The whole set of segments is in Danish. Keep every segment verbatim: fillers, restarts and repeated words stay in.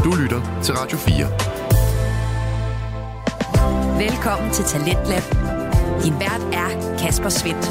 Du lytter til Radio fire. Velkommen til Talentlab. Din vært er Kasper Svendt.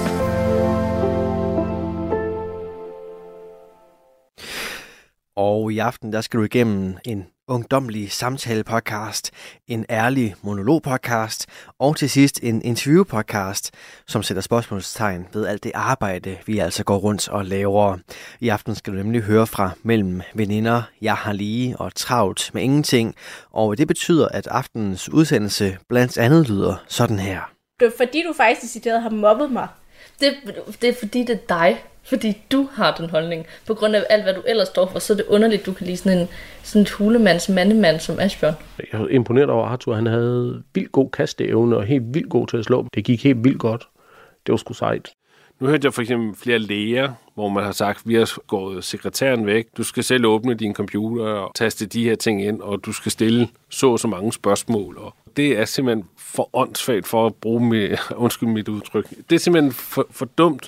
Og i aften, der skal du igennem en ungdomlig samtale-podcast, en ærlig monolog-podcast og til sidst en interview-podcast, som sætter spørgsmålstegn ved alt det arbejde, vi altså går rundt og laver. I aften skal du nemlig høre fra mellem veninder, jeg har lige og travlt med ingenting, og det betyder, at aftenens udsendelse blandt andet lyder sådan her. Det er fordi, du faktisk decideret har mobbet mig. Det, det er fordi, det er dig. Fordi du har den holdning. På grund af alt, hvad du ellers står for, så er det underligt, du kan lide sådan en sådan et hulemands mandemand som Asbjørn. Jeg er imponeret over Arthur. Han havde vildt god kasteevne og helt vildt god til at slå. Det gik helt vildt godt. Det var sgu sejt. Nu hørte jeg for eksempel flere læger, hvor man har sagt, vi har gået sekretæren væk. Du skal selv åbne din computer og taste de her ting ind, og du skal stille så så mange spørgsmål. Og det er simpelthen for åndssvagt for at bruge mit, undskyld mit udtryk. Det er simpelthen for, for dumt.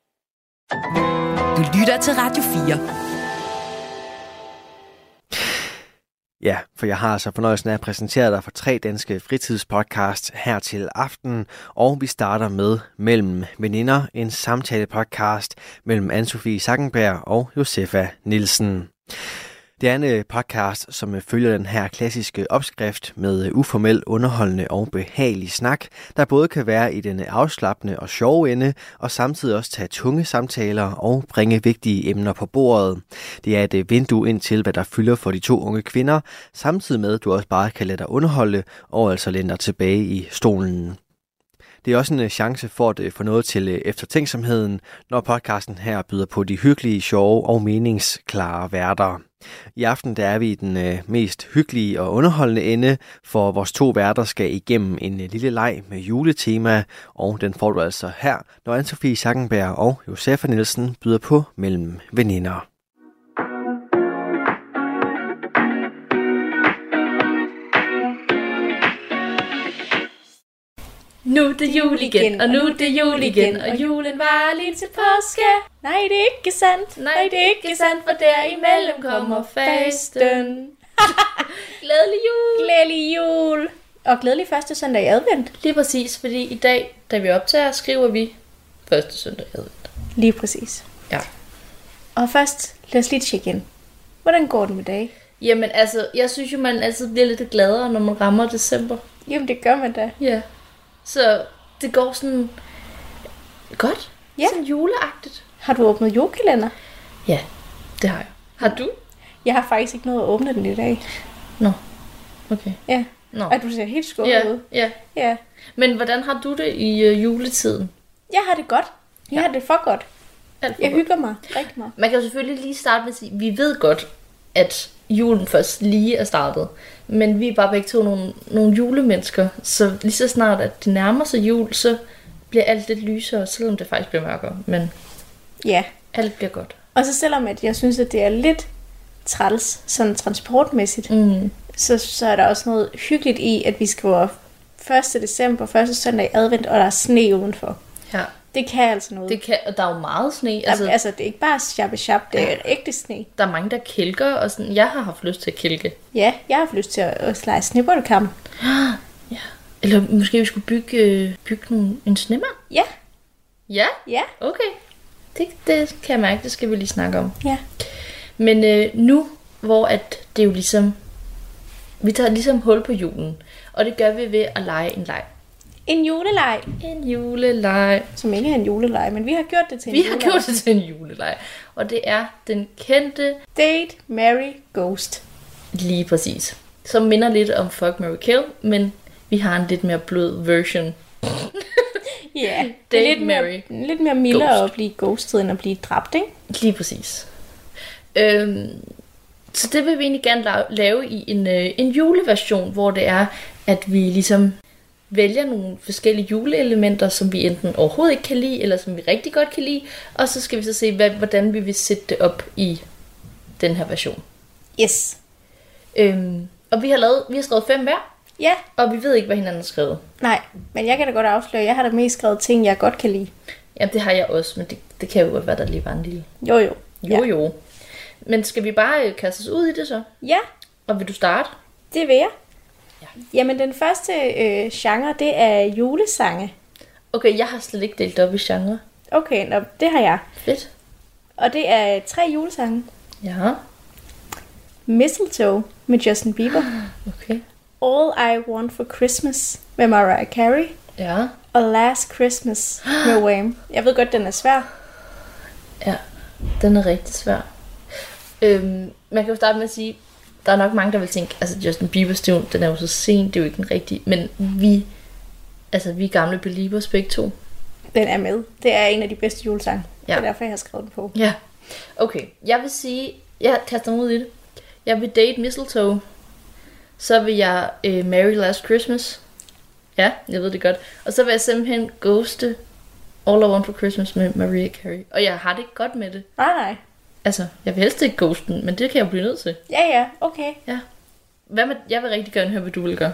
Du lytter til Radio fire. Ja, for jeg har altså fornøjelsen af at præsentere dig for tre danske fritidspodcasts her til aften, og vi starter med Mellem Veninder, en samtale-podcast mellem Anne-Sophie Sackenberg og Josefa Nielsen. Det er en podcast, som følger den her klassiske opskrift med uformel, underholdende og behagelig snak, der både kan være i den afslappende og sjove ende, og samtidig også tage tunge samtaler og bringe vigtige emner på bordet. Det er et vindue ind til, hvad der fylder for de to unge kvinder, samtidig med, at du også bare kan lade dig underholde og altså læne dig tilbage i stolen. Det er også en chance for at få noget til eftertænksomheden, når podcasten her byder på de hyggelige, sjove og meningsklare værter. I aften der er vi i den øh, mest hyggelige og underholdende ende, for vores to værter skal igennem en lille leg med juletema, og den får du altså her, når Anne-Sophie Sackenberg og Josefa Nielsen byder på Mellem Veninder. Nu er det jul igen, og nu er det jul igen, og julen var lige til påske. Nej, det er ikke sandt. Nej, det er ikke sandt, for derimellem kommer fasten. Glædelig jul! Glædelig jul! Og glædelig første søndag i advent. Lige præcis, fordi i dag, da vi optager, skriver vi første søndag i advent. Lige præcis. Ja. Og først, lad os lige tjekke ind. Hvordan går det med dag? Jamen altså, jeg synes jo, man altid bliver lidt gladere, når man rammer december. Jamen, det gør man da. Ja. Så det går sådan godt. Ja. Sådan juleagtigt. Har du åbnet julekalender? Ja, det har jeg. Har du? Jeg har faktisk ikke nået at åbne den i dag. Nå, okay. Ja. Nå. Og du ser helt skuffet Ja, ud. ja. Ja. Men hvordan har du det i øh, juletiden? Jeg har det godt. Jeg Ja. har det for godt. Alt for Jeg godt. hygger mig rigtig meget. Man kan jo selvfølgelig lige starte med at sige, at vi ved godt, at julen først lige er startet. Men vi er bare begge to nogle, nogle julemennesker. Så lige så snart, at det nærmer sig jul, så bliver alt lidt lysere, selvom det faktisk bliver mørkere. Men Ja. alt bliver godt. Og så selvom at jeg synes, at det er lidt træls, sådan transportmæssigt, Mm. så, så er der også noget hyggeligt i, at vi skriver første december, første søndag i advent, og der er sne udenfor. Ja, Det kan altså noget. det kan, og der er jo meget sne. Altså, Altså, altså, det er ikke bare shabbe shab, det er Ja. ægte sne. der er mange, der kælker, og sådan. Jeg har haft lyst til at kælke. Ja, jeg har haft lyst til at, at lege sneboldkamp. Ja. Eller måske vi skulle bygge, øh, bygge nogle, en snemand? Ja, Ja, ja, okay. Det, det kan jeg mærke, det skal vi lige snakke om. ja. Men øh, nu, hvor at det jo ligesom, vi tager ligesom hul på julen, og det gør vi ved at lege en leg. En juleleg, En juleleg. som ikke er en juleleg, men vi har gjort det til en Vi har juleleg. gjort det til en juleleg, og det er den kendte, Date, marry, ghost. lige præcis, som minder lidt om Fuck, Marry, Kill, men vi har en lidt mere blød version. Ja, det er Date, lidt mere, marry, lidt mere mildere ghost. at blive ghostet, end at blive dræbt, ikke? Lige præcis. Øhm, så det vil vi egentlig gerne la- lave i en, øh, en juleversion, hvor det er, at vi ligesom vælger nogle forskellige juleelementer, som vi enten overhovedet ikke kan lide, eller som vi rigtig godt kan lide, og så skal vi så se, hvad, hvordan vi vil sætte det op i den her version. Yes. Øhm, og vi har, lavet, vi har skrevet fem hver, Ja, og vi ved ikke, hvad hinanden har skrevet. nej, men jeg kan da godt afsløre, jeg har da mest skrevet ting, jeg godt kan lide. Ja, det har jeg også, men det, det kan jo godt være, der lige var en lille... Jo, jo. Jo, jo. Men skal vi bare øh, kaste os ud i det så? Ja, Og vil du starte? Det vil jeg. Ja. Jamen, den første øh, genre, det er julesange. Okay, jeg har slet ikke delt op i genre. Okay, nå, det har jeg. Fedt. Og det er tre julesange. Ja. Mistletoe med Justin Bieber. Okay. All I Want for Christmas med Mariah Carey. Ja. Og Last Christmas med Wham. Jeg ved godt, den er svær. Ja, den er rigtig svær. Øhm, man kan jo starte med at sige, der er nok mange, der vil tænke, altså Justin Bieber's tune, den er jo så sen, det er jo ikke den rigtige, men vi, altså vi er gamle believers begge to. Den er med. Det er en af de bedste julesange. Ja. Det er derfor, jeg har skrevet den på. Ja. Okay, jeg vil sige, jeg kaster mig ud i det. Jeg vil date Mistletoe. Så vil jeg øh, marry Last Christmas. Ja, jeg ved det godt. Og så vil jeg simpelthen ghoste All I Want for Christmas med Mariah Carey. Og jeg har det ikke godt med det. Nej, nej. Altså, jeg vil helst ikke ghoste den, men det kan jeg jo blive nødt til. Ja, ja, okay. Ja. Hvad med, jeg vil rigtig gerne høre, hvad du vil gøre.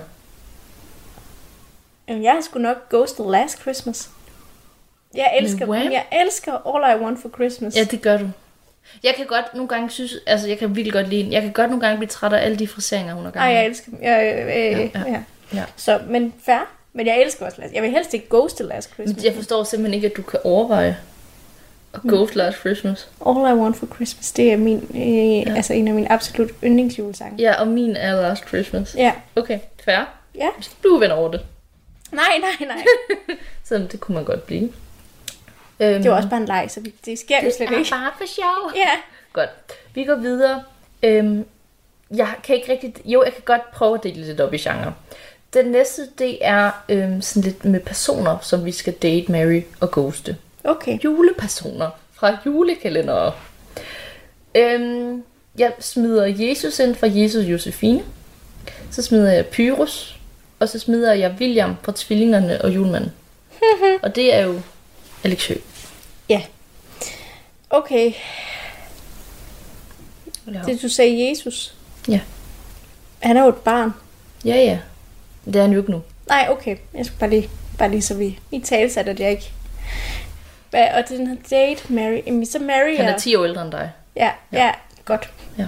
Jamen, jeg har sgu nok ghostet Last Christmas. Jeg elsker, Wham? jeg elsker All I Want for Christmas. Ja, det gør du. Jeg kan godt nogle gange synes, altså jeg kan virkelig godt lide den. Jeg kan godt nogle gange blive træt af alle de friseringer, hun har gang Ej, med. jeg elsker dem. Jeg, øh, øh, Ja, ja, ja. ja. Ja. Så, men fair. Men jeg elsker også Last. Jeg vil helst ikke ghoste Last Christmas. Jeg forstår simpelthen ikke, at du kan overveje at ghost Last Christmas. All I Want for Christmas, det er min, øh, Ja. altså en af mine absolut yndlingsjulesange. Ja, og min er Last Christmas. Ja. Okay, fair. Ja. Så du er ven over det. Nej, nej, nej. Så det kunne man godt blive. Øhm, Det var også bare en leg, så vi- det sker jo slet det er ikke. bare for sjov. Ja. Godt. Vi går videre. Øhm, jeg kan ikke rigtig... Jo, jeg kan godt prøve at dele lidt op i genre. Den næste, det er øhm, sådan lidt med personer, som vi skal date, marry og ghoste. Okay. Julepersoner fra julekalendere. Øhm, jeg smider Jesus ind fra Jesus Josefine. Så smider jeg Pyrus. Og så smider jeg William fra Tvillingerne og Julemanden. Og det er jo Alex Høgh. Ja. Okay. Ja. Det du sagde Jesus. Ja. Han er jo et barn. Ja, ja. Det er han jo ikke nu. Nej, okay. Jeg skal bare lige, bare lige så vi i talsat, at jeg ikke... Hvad, og den her date, Mary... Jamen, så Mary Han er... er ti år ældre end dig. Ja, ja, ja, godt. Ja.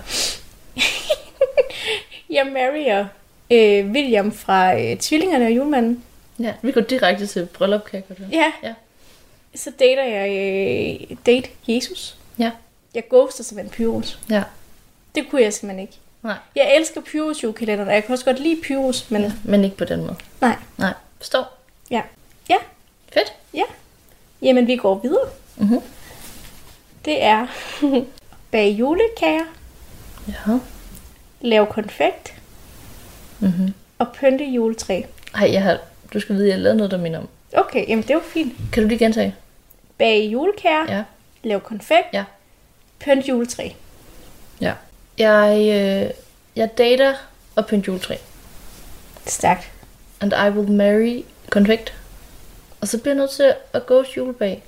Jeg marrier øh, William fra øh, Tvillingerne og Julemanden. Ja, vi går direkte til bryllup, kan jeg godt høre. Ja. Ja. Så dater jeg øh, date Jesus. Ja. Jeg ghoster simpelthen Pyrus. Ja. Det kunne jeg simpelthen ikke. Nej. Jeg elsker Pyrus julekalenderen, og jeg kan også godt lide Pyrus, men... Ja, men ikke på den måde. Nej. Nej. Forstår. Ja. Ja. Fedt. Ja. Jamen, vi går videre. Mhm. Det er bag julekager, Ja. lave konfekt Mhm. og pynte juletræ. Ej, jeg har... Du skal vide, at jeg har lavet noget, der minder om. Okay, jamen det er jo fint. Kan du lige gentage? Bag julekager, Ja. lave konfekt, Ja. pynt juletræ. Ja. Jeg, øh, jeg dater og pynt juletræ. Stærkt. And I will marry konfekt. Og så bliver jeg nødt til at gå julebag.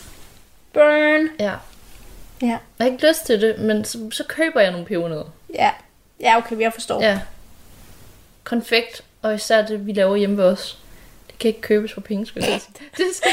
Burn. Ja. Ja. Jeg har ikke lyst til det, men så, så køber jeg nogle pebernødder. Ja. Ja, okay, jeg forstår. Ja. Konfekt, og især det, vi laver hjemme ved os. Det kan ikke købes for penge, skulle jeg sige. Det skal,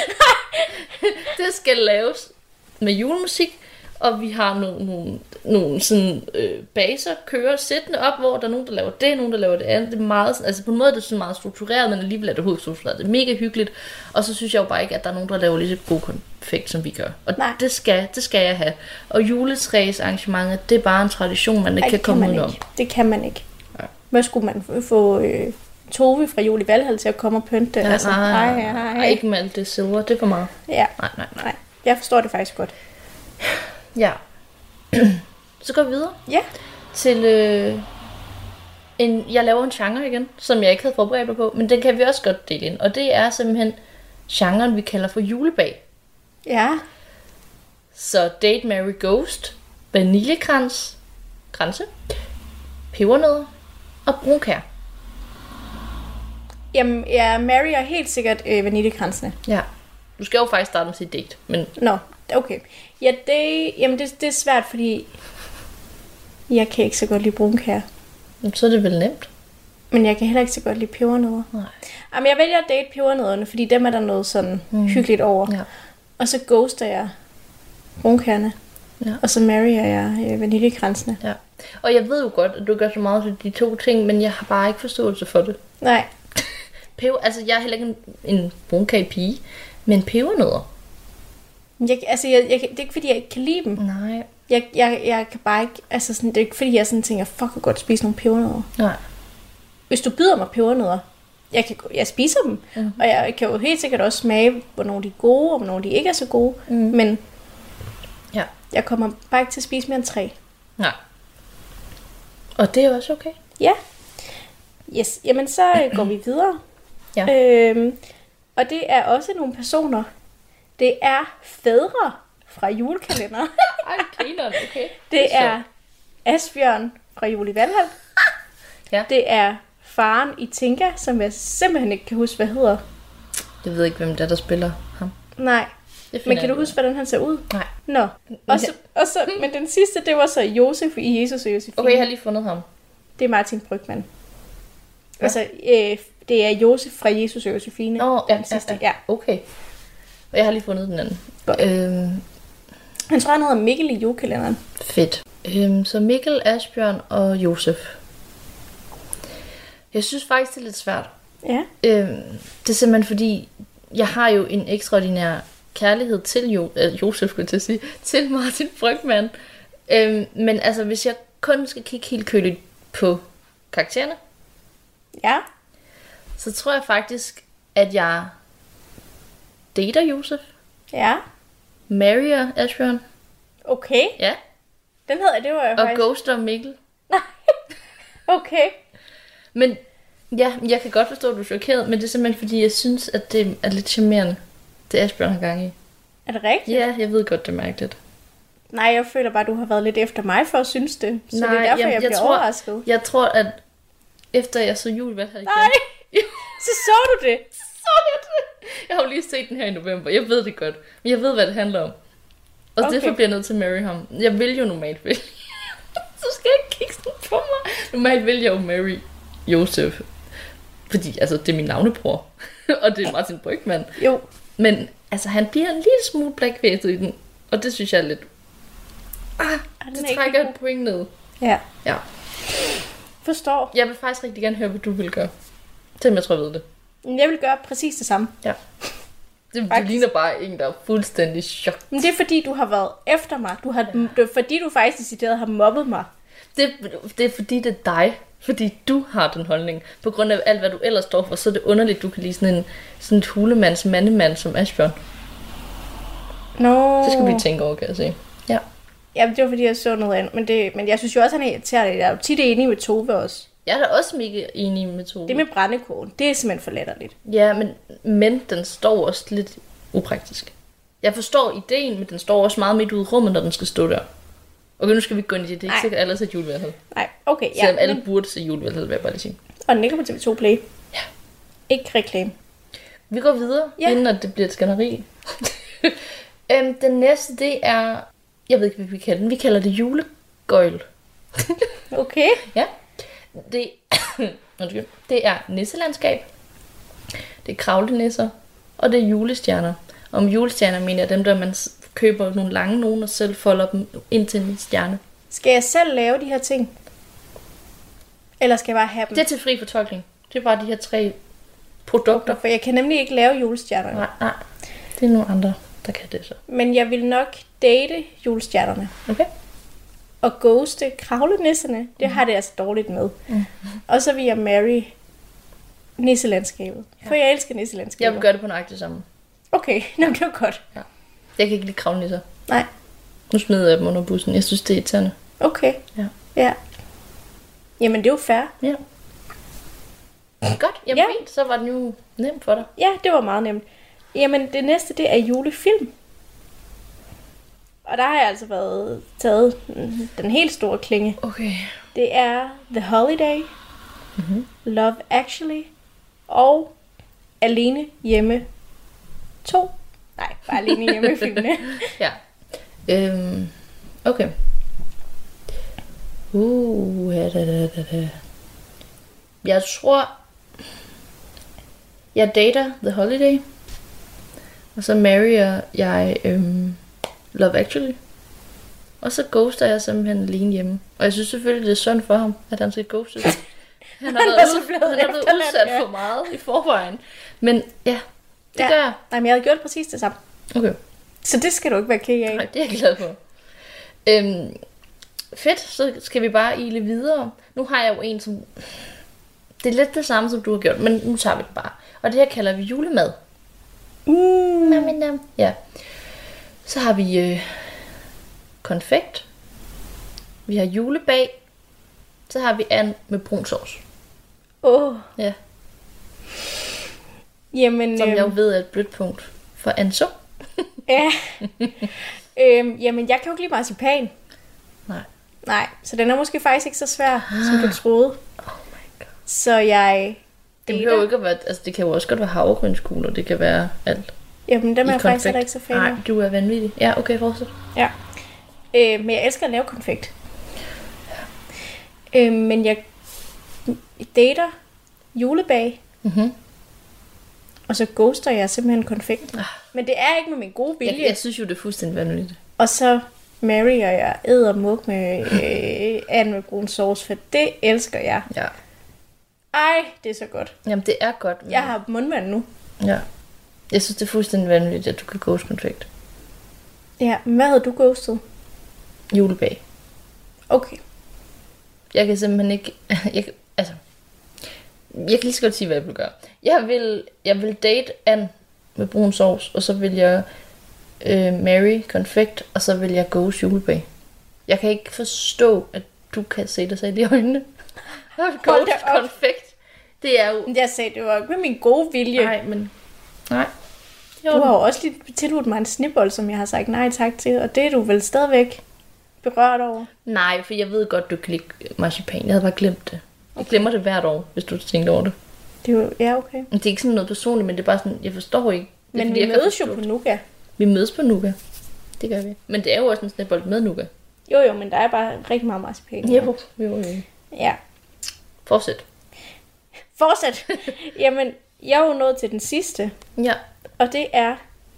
det skal laves med julemusik, og vi har nogle, nogle, nogle sådan, øh, baser kører sættende op, hvor der er nogen, der laver det, nogen, der laver det andet. Det er meget, altså på en måde er det sådan meget struktureret, men alligevel er det hovedstruktureret. Det er mega hyggeligt, og så synes jeg jo bare ikke, at der er nogen, der laver lige så god konfekt, som vi gør. Og Nej. det skal, det skal jeg have. Og juletræsarrangementer, det er bare en tradition, man ikke Ej, kan det komme man udenom. ikke. Det kan man ikke. Ja. Hvad skulle man f- få øh, Tove fra Jul i Valhall til at komme og pynte? Ja, altså, nej, ej, nej, ej, nej, ikke med alt det silver, det er for meget. Ja, Nej, nej, nej. nej. Jeg forstår det faktisk godt. Ja. Så går vi videre Ja. til øh, en, jeg laver en genre igen, som jeg ikke havde forberedt mig på, men den kan vi også godt dele ind, og det er simpelthen genren, vi kalder for julebag. Ja. Så Date, Marry, Ghost, vaniljekrans, kranse, pebernødder og brunkær. Jamen, jeg marrier helt sikkert øh, vaniljekransene. Ja. Du skal jo faktisk starte med sit date, men Nå, okay. Ja, det, jamen det, det er svært, fordi jeg kan ikke så godt lide brunkær. så er det vel nemt. Men jeg kan heller ikke så godt lide pebernødder. Nej. Jamen, jeg vælger at date pebernødderne, fordi dem er der noget sådan mm. hyggeligt over. Ja. Og så ghoster jeg brunkærne. Ja. Og så marrier jeg øh, vaniljekransene. Ja. Og jeg ved jo godt, at du gør så meget til de to ting, men jeg har bare ikke forståelse for det. Nej. Peber, altså jeg er heller ikke en, en brunkage-pige, men pebernødder. Jeg, altså, jeg, jeg, det er ikke, fordi jeg ikke kan lide dem. Nej. Jeg, jeg, jeg kan bare ikke... Altså, sådan, det er ikke, fordi jeg sådan tænker, fuck, jeg kan godt spise nogle pebernødder. Nej. Hvis du byder mig pebernødder, jeg, kan, jeg spiser dem. Mm-hmm. Og jeg kan jo helt sikkert også smage, hvornår de er gode, og hvornår de ikke er så gode. Mm. Men ja. jeg kommer bare ikke til at spise mere end tre. Nej. Og det er også okay. Ja. Yes, jamen så går vi videre. Ja. Øhm, og det er også nogle personer. Det er fædre fra julekalender. Ej, griner, okay. Det er Asbjørn fra Jul i Valhall. Ja. Det er faren i Tinka, som jeg simpelthen ikke kan huske, hvad hedder. Jeg ved ikke, hvem det er, der spiller ham. Nej. Men kan du huske, hvordan han ser ud? Nej. Nå. Og så, og så, men den sidste, det var så Josef i Jesus og Josefine. Okay, jeg har lige fundet ham. Det er Martin Brygmann. Ja. Altså, øh, det er Josef fra Jesus og Josefine. Nå, den ja, sidste. ja, ja. Okay. Og jeg har lige fundet den anden. Øhm, han tror, han hedder Mikkel i julekalenderen. Fedt. Øhm, så Mikkel, Asbjørn og Josef. Jeg synes faktisk, det er lidt svært. Ja. Øhm, det er simpelthen fordi, jeg har jo en ekstraordinær kærlighed til jo, øh, Josef, skulle jeg til at sige, til Martin Brygmann. Øhm, men altså, hvis jeg kun skal kigge helt køligt på karaktererne, ja, så tror jeg faktisk, at jeg dater Josef. Ja. Marrier Asbjørn. Okay. Ja. Den hedder, det var jeg Og faktisk... ghoster Mikkel. Nej. Okay. Men ja, jeg kan godt forstå, at du er chokeret, men det er simpelthen fordi, jeg synes, at det er lidt charmerende, det Asbjørn har gang i. Er det rigtigt? Ja, jeg ved godt, det er mærkeligt. Nej, jeg føler bare, at du har været lidt efter mig for at synes det. Så Nej, det er derfor, jeg, jeg, jeg bliver tror, overrasket. Jeg tror, at efter jeg så Jul i Valhall igen... Nej, så så du det. Så jeg det. Jeg har jo lige set den her i november. Jeg ved det godt. Men jeg ved, hvad det handler om. Og okay. Derfor bliver jeg nødt til at marry ham. Jeg vil jo normalt vælge. Så skal jeg ikke kigge sådan på mig. Normalt vil jeg jo marry Josef. Fordi altså, det er min navnebror. Og det er Martin Brygmann. Jo. Men altså, han bliver en lille smule blackfaced i den. Og det synes jeg er lidt... Ah, det trækker et point ned. Ja. Ja. Forstår. Jeg vil faktisk rigtig gerne høre, hvad du vil gøre. Selvom jeg tror, jeg ved det. Jeg vil gøre præcis det samme. Ja. Det, det ligner bare en, der er fuldstændig chok. Men det er fordi, du har været efter mig. Du har, ja. Det er fordi, du faktisk decideret har mobbet mig. Det, det er fordi, det er dig. Fordi du har den holdning. På grund af alt, hvad du ellers står for, så er det underligt, du kan lide sådan en sådan et hulemands mandemand som Asbjørn. Nå. Det skal vi tænke over, kan jeg sige. Ja. Ja, det var fordi, jeg så noget andet. Men, det, men jeg synes jo også, han er irriterende. Jeg er jo tit enig med Tove også. Jeg er da også mega enig med Tove. Det med brændekogen, det er simpelthen for latterligt. Ja, men, men den står også lidt upraktisk. Jeg forstår ideen, men den står også meget midt ude i rummet, når den skal stå der. Okay, nu skal vi gå ind i det. Det er ikke sikkert, at alle har set Jul i Valhall. Nej, okay. Ja, selvom alle men... burde se Jul i Valhall, vil jeg bare lige sige. Og den ligger på T V to Play. Ja. Ikke reklame. Vi går videre, ja. Inden at det bliver et skænderi. øhm, den næste, det er... Jeg ved ikke, hvad vi kalder den. Vi kalder det julegøjl. Okay. Ja. Det, det er nisselandskab. Det er kravlenisser. Og det er julestjerner. Og med julestjerner mener jeg dem, der man køber nogle lange nogen og selv folder dem ind til en stjerne. Skal jeg selv lave de her ting? Eller skal jeg bare have dem? Det er til fri fortolkning. Det er bare de her tre produkter. Okay, for jeg kan nemlig ikke lave julestjernerne. Nej, nej. Det er nogle andre, der kan det så. Men jeg vil nok date julestjernerne. Okay. Og ghoste kravlenisserne. Det mm. har det altså dårligt med. Mm. Og så vil jeg marry nisselandskabet. Ja. For jeg elsker nisselandskabet. Jeg vil gøre det på nøjagtigt sammen. Okay, nå, det var godt. Ja. Jeg kan ikke lide kravlenisser. Nej. Nu smider jeg dem under bussen. Jeg synes, det er irriterende. Okay. Ja. Ja. Jamen, det er jo fair. Ja. Godt. Jamen ja. Fint. Så var det jo nemt for dig. Ja, det var meget nemt. Jamen, det næste, det er julefilm. Og der har jeg altså været taget den helt store klinge. Okay. Det er The Holiday, mm-hmm. Love Actually og Alene Hjemme to. Nej, bare Alene Hjemme filmene. Ja. Øhm, okay. Uh, da, da, da, da. Jeg tror, jeg dater The Holiday, og så marrier jeg øhm, Love Actually. Og så ghoster jeg simpelthen alene hjemme. Og jeg synes selvfølgelig, det er synd for ham, at han skal ghostes. Han har været, ud, han har været udsat ja. for meget i forvejen. Men ja, det ja. gør jeg. Nej, men jeg havde gjort præcis det samme. Okay. Så det skal du ikke være ked af. Nej, det er jeg glad for. Øhm, fedt, så skal vi bare ile videre. Nu har jeg jo en, som... Det er lidt det samme, som du har gjort, men nu tager vi det bare. Og det her kalder vi julemad. Mm. Ja. Så har vi øh, konfekt. Vi har julebag. Så har vi and med brun sovs. Åh. Oh. Ja. Jamen, som øhm, jeg jo ved er et blødt punkt for Anso. Ja. øhm, jamen, jeg kan jo ikke lide marcipan. Nej. Nej, så den er måske faktisk ikke så svær, som du troede. Oh my god. Så jeg... Det behøver jo ikke at være... Altså, det kan jo også godt være havregrynskugler. Det kan være alt. Jamen, dem er jeg faktisk heller ikke så fan af. Nej, du er vanvittig. Ja, okay, fortsæt. Ja. Øh, men jeg elsker at lave konfekt. Ja. Øh, men jeg dater julebag. Mhm. Og så ghoster jeg simpelthen konfekten. Ah. Men det er ikke med min gode vilje. Jeg, jeg synes jo, det er fuldstændig vanvittigt. Og så marrier jeg eddermuk med øh, and med brun sauce, for det elsker jeg. Ja. Ej, det er så godt. Jamen, det er godt. Men... Jeg har mundvand nu. Ja. Jeg synes, det er fuldstændig vanvittigt, at du kan ghoste konfekt. Ja, men hvad havde du ghostet? Julebag. Okay. Jeg kan simpelthen ikke... Jeg, kan- altså... Jeg kan lige så godt sige, hvad jeg vil gøre. Jeg vil, jeg vil date and med brun sovs, og så vil jeg øh, marry konfekt, og så vil jeg ghost julebag. Jeg kan ikke forstå, at du kan se dig selv i øjnene. Ghost konfekt. Det er jo... Jeg sagde, det var ikke med min gode vilje. Nej, men... Nej. Du har jo også lige tilbudt mig en snibbold, som jeg har sagt nej tak til, og det er du vel stadigvæk berørt over? Nej, for jeg ved godt, du kan lide marcipan. Jeg havde bare glemt det. Jeg glemmer det hvert år, hvis du tænker over det. Det er jo, ja, okay. Men det er ikke sådan noget personligt, men det er bare sådan, jeg forstår ikke. Det er, Men fordi, vi jeg mødes jo på nougat. Vi mødes på nougat. Det gør vi. Men det er jo også en snebold med nougat. Jo, jo, men der er bare rigtig meget marcipan. Jo, jo, jo. Ja. Fortsæt. Fortsæt. Jamen, jeg er jo nået til den sidste, Ja. og det er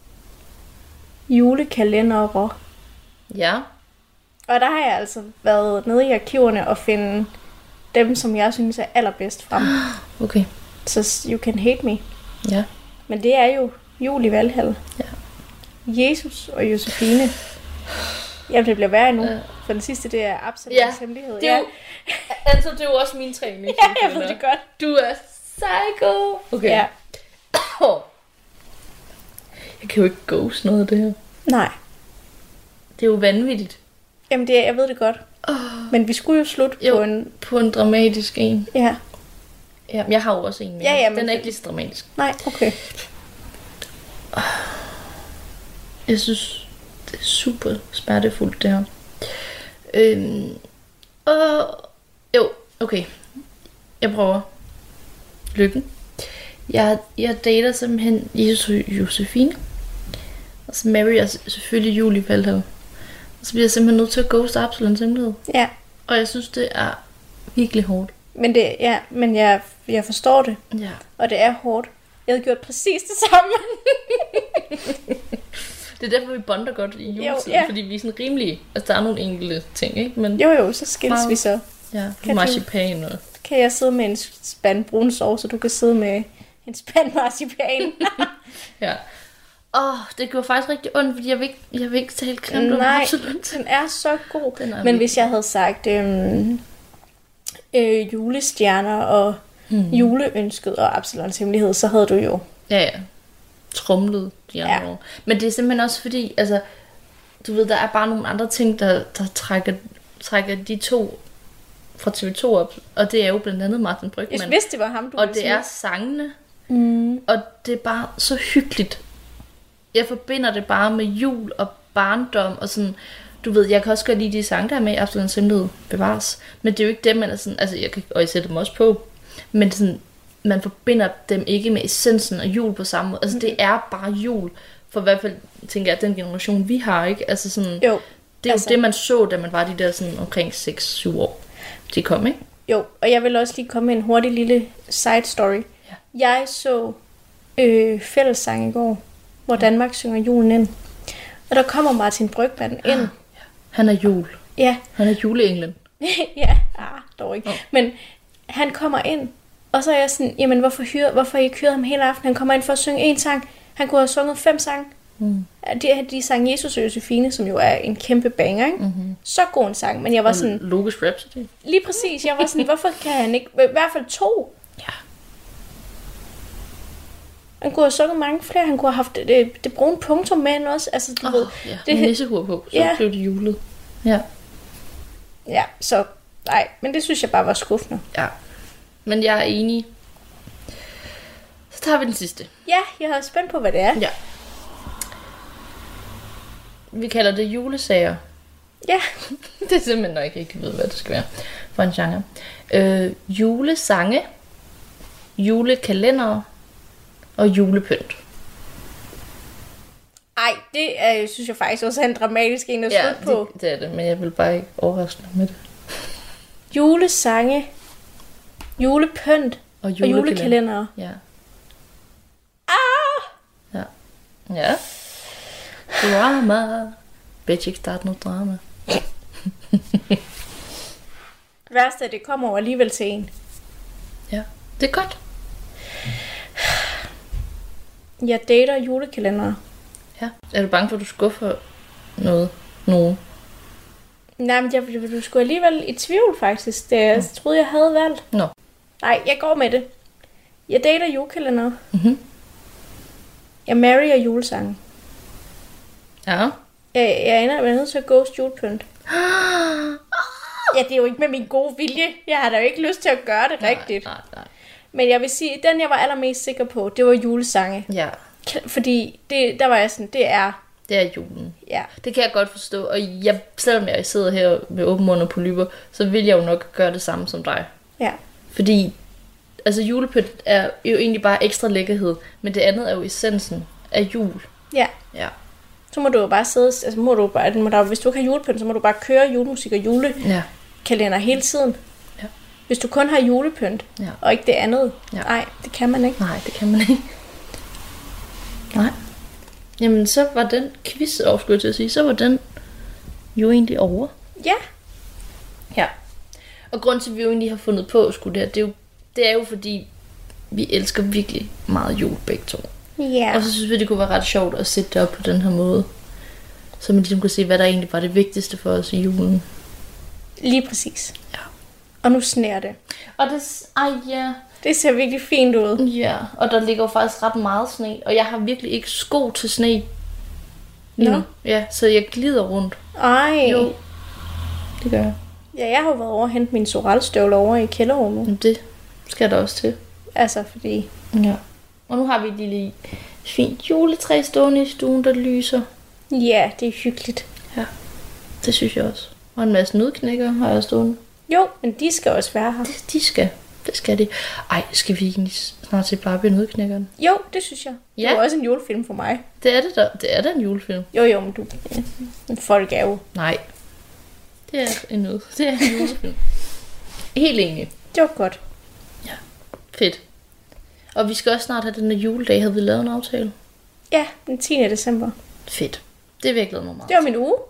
julekalender. Ja. Og der har jeg altså været nede i arkiverne og finde dem, som jeg synes er allerbedst frem. Okay. Så you can hate me. Ja. Men det er jo jul i Valhall. Ja. Jesus og Josefine. Jamen, det bliver værre nu. Ja. For den sidste, det er absolut Ja. hemmelighed. Det er jo, altså, det er jo også min træning. Ja, jeg ved det godt. Du er psycho. Okay. Ja. Jeg kan jo ikke ghost noget af det her. Nej. Det er jo vanvittigt. Jamen, det er, jeg ved det godt. Oh. Men vi skulle jo slutte Jo, på en... på en dramatisk en. Ja. Ja, men jeg har jo også en med. Ja, ja, men den er det- ikke lige så dramatisk. Nej, okay. Jeg synes, det er super smertefuldt, det her. Øhm, og, jo, okay. Jeg prøver. Lykken. Jeg, jeg dater simpelthen Jesus og Josefine. Og så marrier jeg selvfølgelig Julie Valhall. Og så bliver jeg simpelthen nødt til at ghoste Absalons hemmelighed. Ja. Og jeg synes, det er virkelig hårdt. Men, det, ja, men jeg, jeg forstår det. Ja. Og det er hårdt. Jeg havde gjort præcis det samme. Det er derfor, vi bonder godt i juletiden, Jo, ja. fordi vi er sådan rimelige. Altså, der er nogle enkelte ting, ikke? Men Jo, jo, så skilles Wow. vi så. ja, Kan marcipan og... Kan jeg sidde med en spand brun sovs, og du kan sidde med en spand marcipan. Ja. Åh, oh, det gjorde faktisk rigtig ondt, fordi jeg vil ikke, jeg vil ikke tale grimt om Nej, absolut. den er så god. Den er Men virkelig hvis jeg havde sagt øhm, øh, julestjerner og hmm. juleønsket og Absalons hemmelighed, så havde du jo... Ja, ja. Trumlet de andre Ja. år. Men det er simpelthen også fordi, altså, du ved, der er bare nogle andre ting, der, der trækker, trækker de to fra T V to op. Og det er jo blandt andet Martin Brygmann. Jeg vidste, det var ham, du Og ville det sige. er sangene. Mm. Og det er bare så hyggeligt. Jeg forbinder det bare med jul og barndom og sådan. Du ved, jeg kan også godt lide de sange, der er med i Absalons hemmelighed, bevares. Men det er jo ikke dem, man er sådan, altså jeg kan, og jeg sætter dem også på. Men sådan, man forbinder dem ikke med essensen og jul på samme måde. Altså det er bare jul. For i hvert fald, tænker jeg, den generation, vi har, ikke? Altså sådan, Jo, det er jo altså. det, man så, da man var de der sådan omkring seks syv år. De kom, ikke? Jo, og jeg vil også lige komme med en hurtig lille side story. Ja. Jeg så øh, fællessang i går, hvor Danmark synger julen ind. Og der kommer Martin Brygmann ind. Han er jul. Ja, Han er juleenglen. ja, ah, dog ikke. Oh. Men han kommer ind, og så er jeg sådan, jamen hvorfor, hyre, hvorfor I ikke hyret ham hele aften? Han kommer ind for at synge en sang. Han kunne have sunget fem sange. Mm. De, de sang Jesus og Josefine, som jo er en kæmpe banger, ikke? Mm-hmm. Så god en sang, men jeg var og sådan... Logisk Rhapsody. Lige præcis, jeg var sådan, hvorfor kan han ikke... I hvert fald to. Ja. Han kunne have sunget mange flere. Han kunne have haft det, det brune punktum med også. Altså, du Oh, ved, ja. det Med nissehur på, så ja. blev det julet. Ja. Ja, så... Nej, men det synes jeg bare var skuffende. Ja. Men jeg er enig. Så tager vi den sidste. Ja, jeg er spændt på, hvad det er. Ja. Vi kalder det julesager. Ja. Det er simpelthen, når jeg ikke rigtig ved, hvad det skal være for en genre. Øh, julesange, julekalendere og julepynt. Ej, det er, synes jeg faktisk også er en dramatisk en at Ja, slutte på. det, det er det, men jeg vil bare ikke overraske dig med det. Julesange, julepynt Og og julekalender. julekalender. Ja. Ah! Ja. Ja. Drama. Bitch, ikke starte noget drama. Værst er, det kommer over alligevel til en. Ja, det er godt. Jeg dater julekalender. Ja. Er du bange for, at du skuffer noget? Nogen? Nej, men jeg, du skulle alligevel i tvivl faktisk. Det, jeg troede, jeg havde valgt. Nå. Nej, jeg går med det. Jeg dater julekalender. Mhm. Jeg marrier julesange. Ja. Jeg, jeg ender med nødt til at ghost julepynt. Ja, det er jo ikke med min gode vilje. Jeg har da jo ikke lyst til at gøre det Nej, rigtigt. nej, nej. Men jeg vil sige, at den jeg var allermest sikker på, det var julesange. Ja, Fordi det, der var jeg sådan, det er... det er julen. Ja, Det kan jeg godt forstå. Og jeg, selvom jeg sidder her med åben mund og polypper, så vil jeg jo nok gøre det samme som dig. ja. Fordi altså julepynt er jo egentlig bare ekstra lækkerhed, men det andet er jo essensen af jul. Ja. Ja. Så må du jo bare sidde... Altså, må du bare, må der, hvis du ikke har julepynt, så må du bare køre julemusik og julekalender Ja. hele tiden. Ja. Hvis du kun har julepynt, Ja. og ikke det andet. Ja. Nej, det kan man ikke. Nej, det kan man ikke. Nej. Jamen, så var den quiz, og skulle jeg til at sige, så var den jo egentlig over. Ja. Ja. Og grund til, at vi jo egentlig har fundet på at skulle det her, det er jo, det er jo fordi, vi elsker virkelig meget jul begge to. Ja. Og så synes vi, det kunne være ret sjovt at sætte det op på den her måde. Så man ligesom kunne se, hvad der egentlig var det vigtigste for os i julen. Lige præcis. Ja. Og nu sner det. Og det, ej ja, Det ser virkelig fint ud. ja, og der ligger jo faktisk ret meget sne, og jeg har virkelig ikke sko til sne. Nå. Nu. Ja, så jeg glider rundt. Ej. Jo, det gør jeg. Ja, jeg har jo været over og hente mine soralstøvler over i kælderrummet. Men det skal der også til. Altså, fordi... Ja. Og nu har vi et lille fint juletræ stående i stuen, der lyser. Ja, det er hyggeligt. Ja, det synes jeg også. Og en masse nødknækker har jeg stående. Jo, men de skal også være her. Det, de skal. Det skal de. Ej, skal vi ikke snart se Barbie og nødknækkeren? Jo, det synes jeg. Ja. Ja. Det er jo også en julefilm for mig. Det er det da. Det er da en julefilm. Jo, jo, men du... Folk er jo... Nej. Det er en nød. Det er en julefilm. Helt enig. Det var godt. Fedt. Og vi skal også snart have den der juledag. Havde vi lavet en aftale? Ja, den tiende december. Fedt. Det vil jeg glæde mig meget Det var min uge.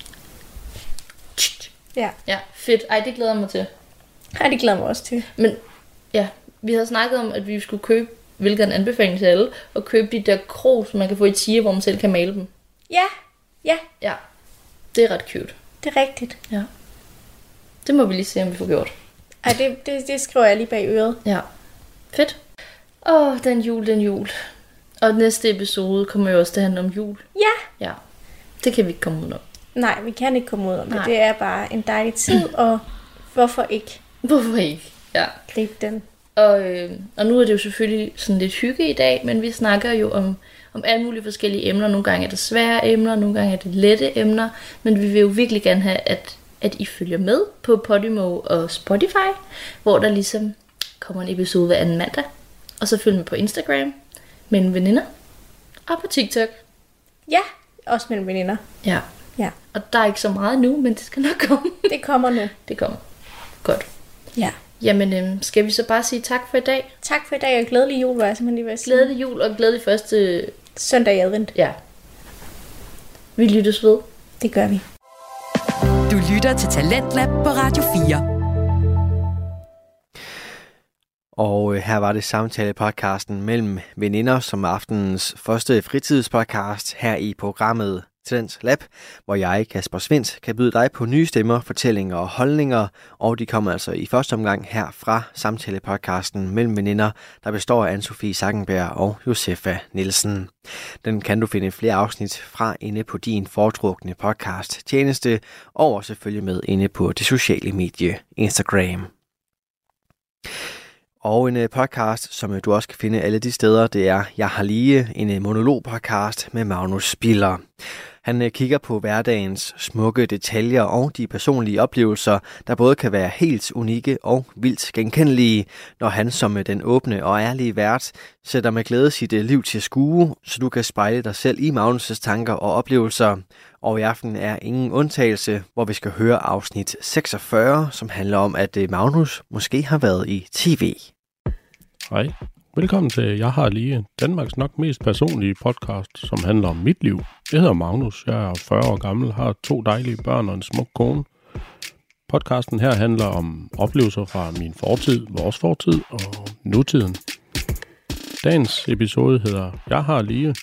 til. Ja, Ja, fedt. Ej, det glæder jeg mig til. Ej, det glæder jeg mig også til. Men ja, vi havde snakket om, at vi skulle købe, hvilket er en anbefaling til alle, og købe de der krog, som man kan få i tiger, hvor man selv kan male dem. Ja, ja, Ja, det er ret cute. det er rigtigt. Ja. Det må vi lige se, om vi får gjort. Ej, det, det, det skriver jeg lige bag øret. Ja. Fedt. Åh, den jul, den jul. Og næste episode kommer jo også til at handle om jul. Ja. Ja. Det kan vi ikke komme ud om. Nej, vi kan ikke komme ud om det. Nej. Det er bare en dejlig tid, og hvorfor ikke Hvorfor ikke? Ja. gribe den? Og, øh, og nu er det jo selvfølgelig sådan lidt hygge i dag, men vi snakker jo om, om alle mulige forskellige emner. Nogle gange er det svære emner, nogle gange er det lette emner. Men vi vil jo virkelig gerne have, at, at I følger med på Podimo og Spotify, hvor der ligesom kommer en episode hver anden mandag. Og så følg med på Instagram, mellem veninder, og på TikTok. Ja, også mellem veninder. Ja. Ja, Og der er ikke så meget nu, men det skal nok komme. det kommer nu. Det kommer. Godt. Ja. Jamen, øh, skal vi så bare sige tak for i dag? Tak for i dag, og glædelig jul, var jeg simpelthen lige ved at sige. Glædelig jul og glædelig første... Søndag i advent. Ja. Vi lyttes ved. Det gør vi. lytter til Talentlab på Radio fire. Og her var det samtale-podcasten mellem veninder, som er aftenens første fritidspodcast her i programmet Talentlab, hvor jeg, Kasper Svindt, kan byde dig på nye stemmer, fortællinger og holdninger, og de kommer altså i første omgang her fra samtale-podcasten mellem veninder, der består af Anne-Sophie Sackenberg og Josefa Nielsen. Den kan du finde flere afsnit fra inde på din foretrukne podcast tjeneste, og selvfølgelig med inde på det sociale medie Instagram. Og en podcast, som du også kan finde alle de steder, det er Jeg har lige, en monologpodcast med Magnus Spiller. Han kigger på hverdagens smukke detaljer og de personlige oplevelser, der både kan være helt unikke og vildt genkendelige, når han som den åbne og ærlige vært sætter med glæde sit liv til skue, så du kan spejle dig selv i Magnus' tanker og oplevelser. Og i aften er ingen undtagelse, hvor vi skal høre afsnit seksogfyrre, som handler om, at Magnus måske har været i tv. Hej. Velkommen til Jeg har lige, Danmarks nok mest personlige podcast, som handler om mit liv. Jeg hedder Magnus, jeg er fyrre år gammel, har to dejlige børn og en smuk kone. Podcasten her handler om oplevelser fra min fortid, vores fortid og nutiden. Dagens episode hedder Jeg har lige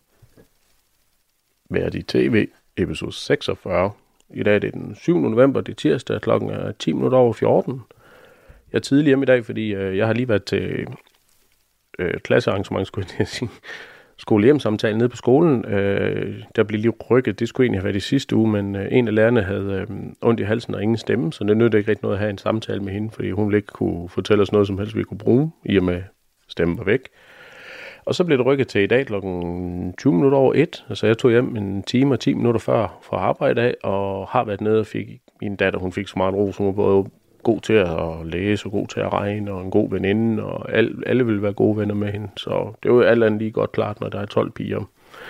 været i tv, episode seksogfyrre. I dag er det den syvende november, det er tirsdag, klokken er ti minutter over fjorten. Jeg er tidlig hjemme i dag, fordi øh, jeg har lige været til øh, klassearrangement, skulle jeg sige, skole-hjem-samtale nede på skolen. Øh, der blev lige rykket, det skulle egentlig have været i sidste uge, men øh, en af lærerne havde øh, ondt i halsen og ingen stemme, så det nødte ikke rigtig noget at have en samtale med hende, fordi hun ville ikke kunne fortælle os noget, som helst vi kunne bruge, i og med stemmen var væk. Og så blev det rykket til i dag klokken tyve minutter over et, altså jeg tog hjem en time og ti minutter før fra arbejde af, og har været nede og fik min datter, hun fik så meget ro, som hun både god til at læse og god til at regne og en god veninde, og alle, alle vil være gode venner med hende. Så det var jo alt andet lige godt klart, når der er tolv piger.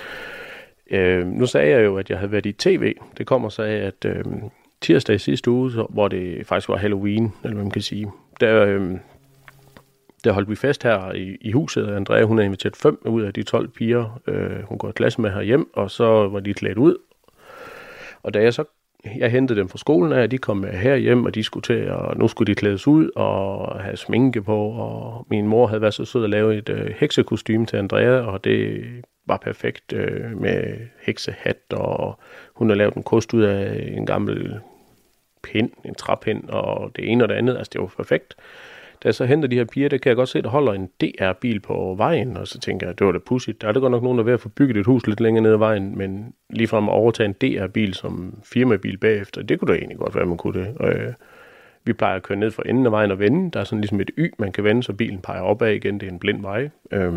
Øh, nu sagde jeg jo, at jeg havde været i tv. Det kommer så af, at øh, tirsdag i sidste uge, så, hvor det faktisk var Halloween, eller hvad man kan sige, der, øh, der holdt vi fest her i, i huset. Andrea, hun har inviteret fem ud af de tolv piger, øh, hun går i klasse med herhjem, og så var de klædt ud. Og da jeg så Jeg hentede dem fra skolen af, de kom herhjem, og de skulle til, og nu skulle de klædes ud og have sminke på, og min mor havde været så sød at lave et øh, heksekostyme til Andrea, og det var perfekt øh, med heksehat, og hun har lavet en kost ud af en gammel pind, en træpind, og det ene og det andet, altså det var perfekt. Da jeg så henter de her piger, der kan jeg godt se, der holder en D R-bil på vejen, og så tænker jeg, det var da pudsigt. Der er det godt nok nogen, der er ved at få bygget et hus lidt længere ned ad vejen, men ligefrem at overtage en D R-bil som firmabil bagefter, det kunne da egentlig godt være, man kunne det. Og, øh, vi plejer at køre ned for enden af vejen og vende. Der er sådan ligesom et Y, man kan vende, så bilen peger opad igen. Det er en blind vej. Øh,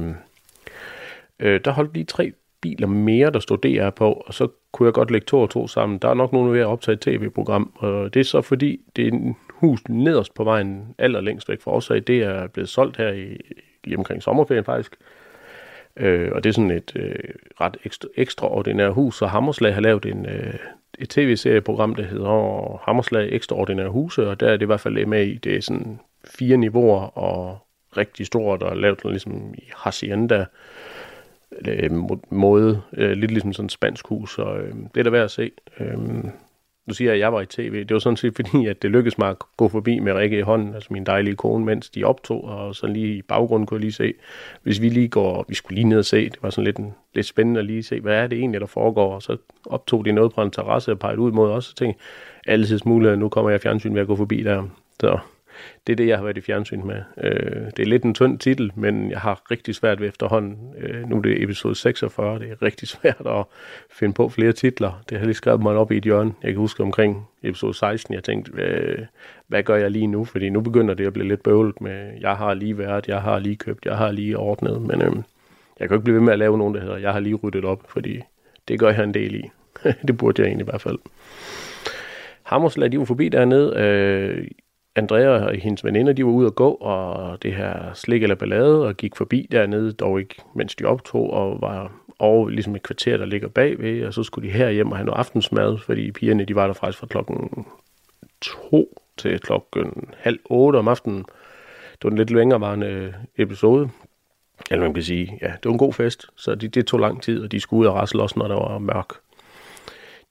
øh, der holdt lige tre biler mere, der stod D R på, og så kunne jeg godt lægge to og to sammen. Der er nok nogen, der er ved at optage et tv-program, og det er så fordi, det er en hus nederst på vejen, allerlængst væk fra os, det er blevet solgt her i, i omkring sommerferien faktisk. Øh, og det er sådan et øh, ret ekstra, ekstraordinært hus, så Hammerslag har lavet en, øh, et tv-serieprogram, der hedder Hammerslag Ekstraordinære Huse, og der er det i hvert fald med i, det er sådan fire niveauer og rigtig stort, og lavet ligesom i hacienda øh, måde, øh, lidt ligesom sådan et spansk hus, og øh, det er der værd at se. Øh, Nu siger jeg, at jeg var i tv. Det var sådan set fordi, at det lykkedes mig at gå forbi med Rikke i hånden, altså min dejlige kone, mens de optog, og så lige i baggrunden kunne jeg lige se, hvis vi lige går, vi skulle lige ned og se, det var sådan lidt, en, lidt spændende at lige se, hvad er det egentlig, der foregår, og så optog de noget på en terrasse og pegede ud mod os, og tænkte, altid muligt, nu kommer jeg i fjernsyn ved at gå forbi der. Så det er det, jeg har været i fjernsyn med. Øh, det er lidt en tynd titel, men jeg har rigtig svært ved efterhånden. Øh, nu er det episode seksogfyrre, det er rigtig svært at finde på flere titler. Det har lige skrevet mig op i et hjørne. Jeg kan huske omkring episode seksten, jeg tænkte, hvad, hvad gør jeg lige nu? Fordi nu begynder det at blive lidt bøvlet med, jeg har lige været, jeg har lige købt, jeg har lige ordnet. Men øh, jeg kan ikke blive ved med at lave nogen, der hedder, jeg har lige ryddet op, fordi det gør jeg en del i. Det burde jeg egentlig i hvert fald. Hammerslag, de var forbi dernede. Øh, Andrea og hendes veninder, de var ude at gå, og det her slik eller ballade, og gik forbi dernede, dog ikke, mens de optog, og var over ligesom et kvarter, der ligger bagved, og så skulle de herhjem og have noget aftensmad, fordi pigerne, de var der faktisk fra klokken to til klokken halv otte om aftenen. Det var en lidt længerevarende episode, eller man kan sige, ja, det var en god fest, så det, det tog lang tid, og de skulle ud og rasle også, når der var mørk.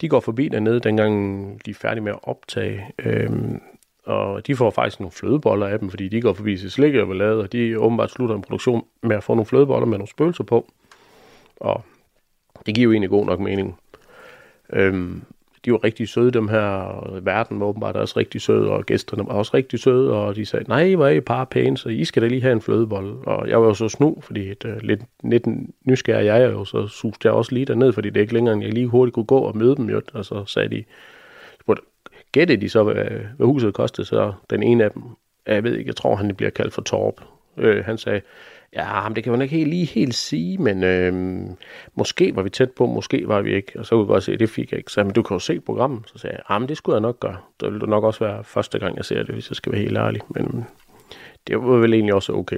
de går forbi dernede, dengang de er færdige med at optage. Øhm, og de får faktisk nogle flødeboller af dem, fordi de går forbi til slik og ballade, og de åbenbart slutter en produktion med at få nogle flødeboller med nogle spøgelser på. Og det giver jo egentlig god nok mening. Øhm, de var rigtig søde, dem her. Verden var åbenbart også rigtig søde, og gæsterne var også rigtig søde, og de sagde, nej, hvor er I bare pæne, så I skal da lige have en flødebolle. Og jeg var jo så snu, fordi et, uh, lidt nitten nysgerrig jeg er jo, så suste jeg også lige derned, fordi det er ikke længere, end jeg lige hurtigt kunne gå og møde dem, jo. Og så sagde de, gættede de så, hvad, hvad huset kostede, så den ene af dem, jeg ved ikke, jeg tror, han bliver kaldt for Torp. Øh, han sagde, ja, men det kan man ikke helt, lige helt sige, men øh, måske var vi tæt på, måske var vi ikke. Og så kunne jeg godt se, at det fik jeg ikke. Så men du kan jo se programmet. Så sagde jeg, ja, men det skulle jeg nok gøre. Det ville nok også være første gang, jeg ser det, hvis jeg skal være helt ærlig. Men det var vel egentlig også okay.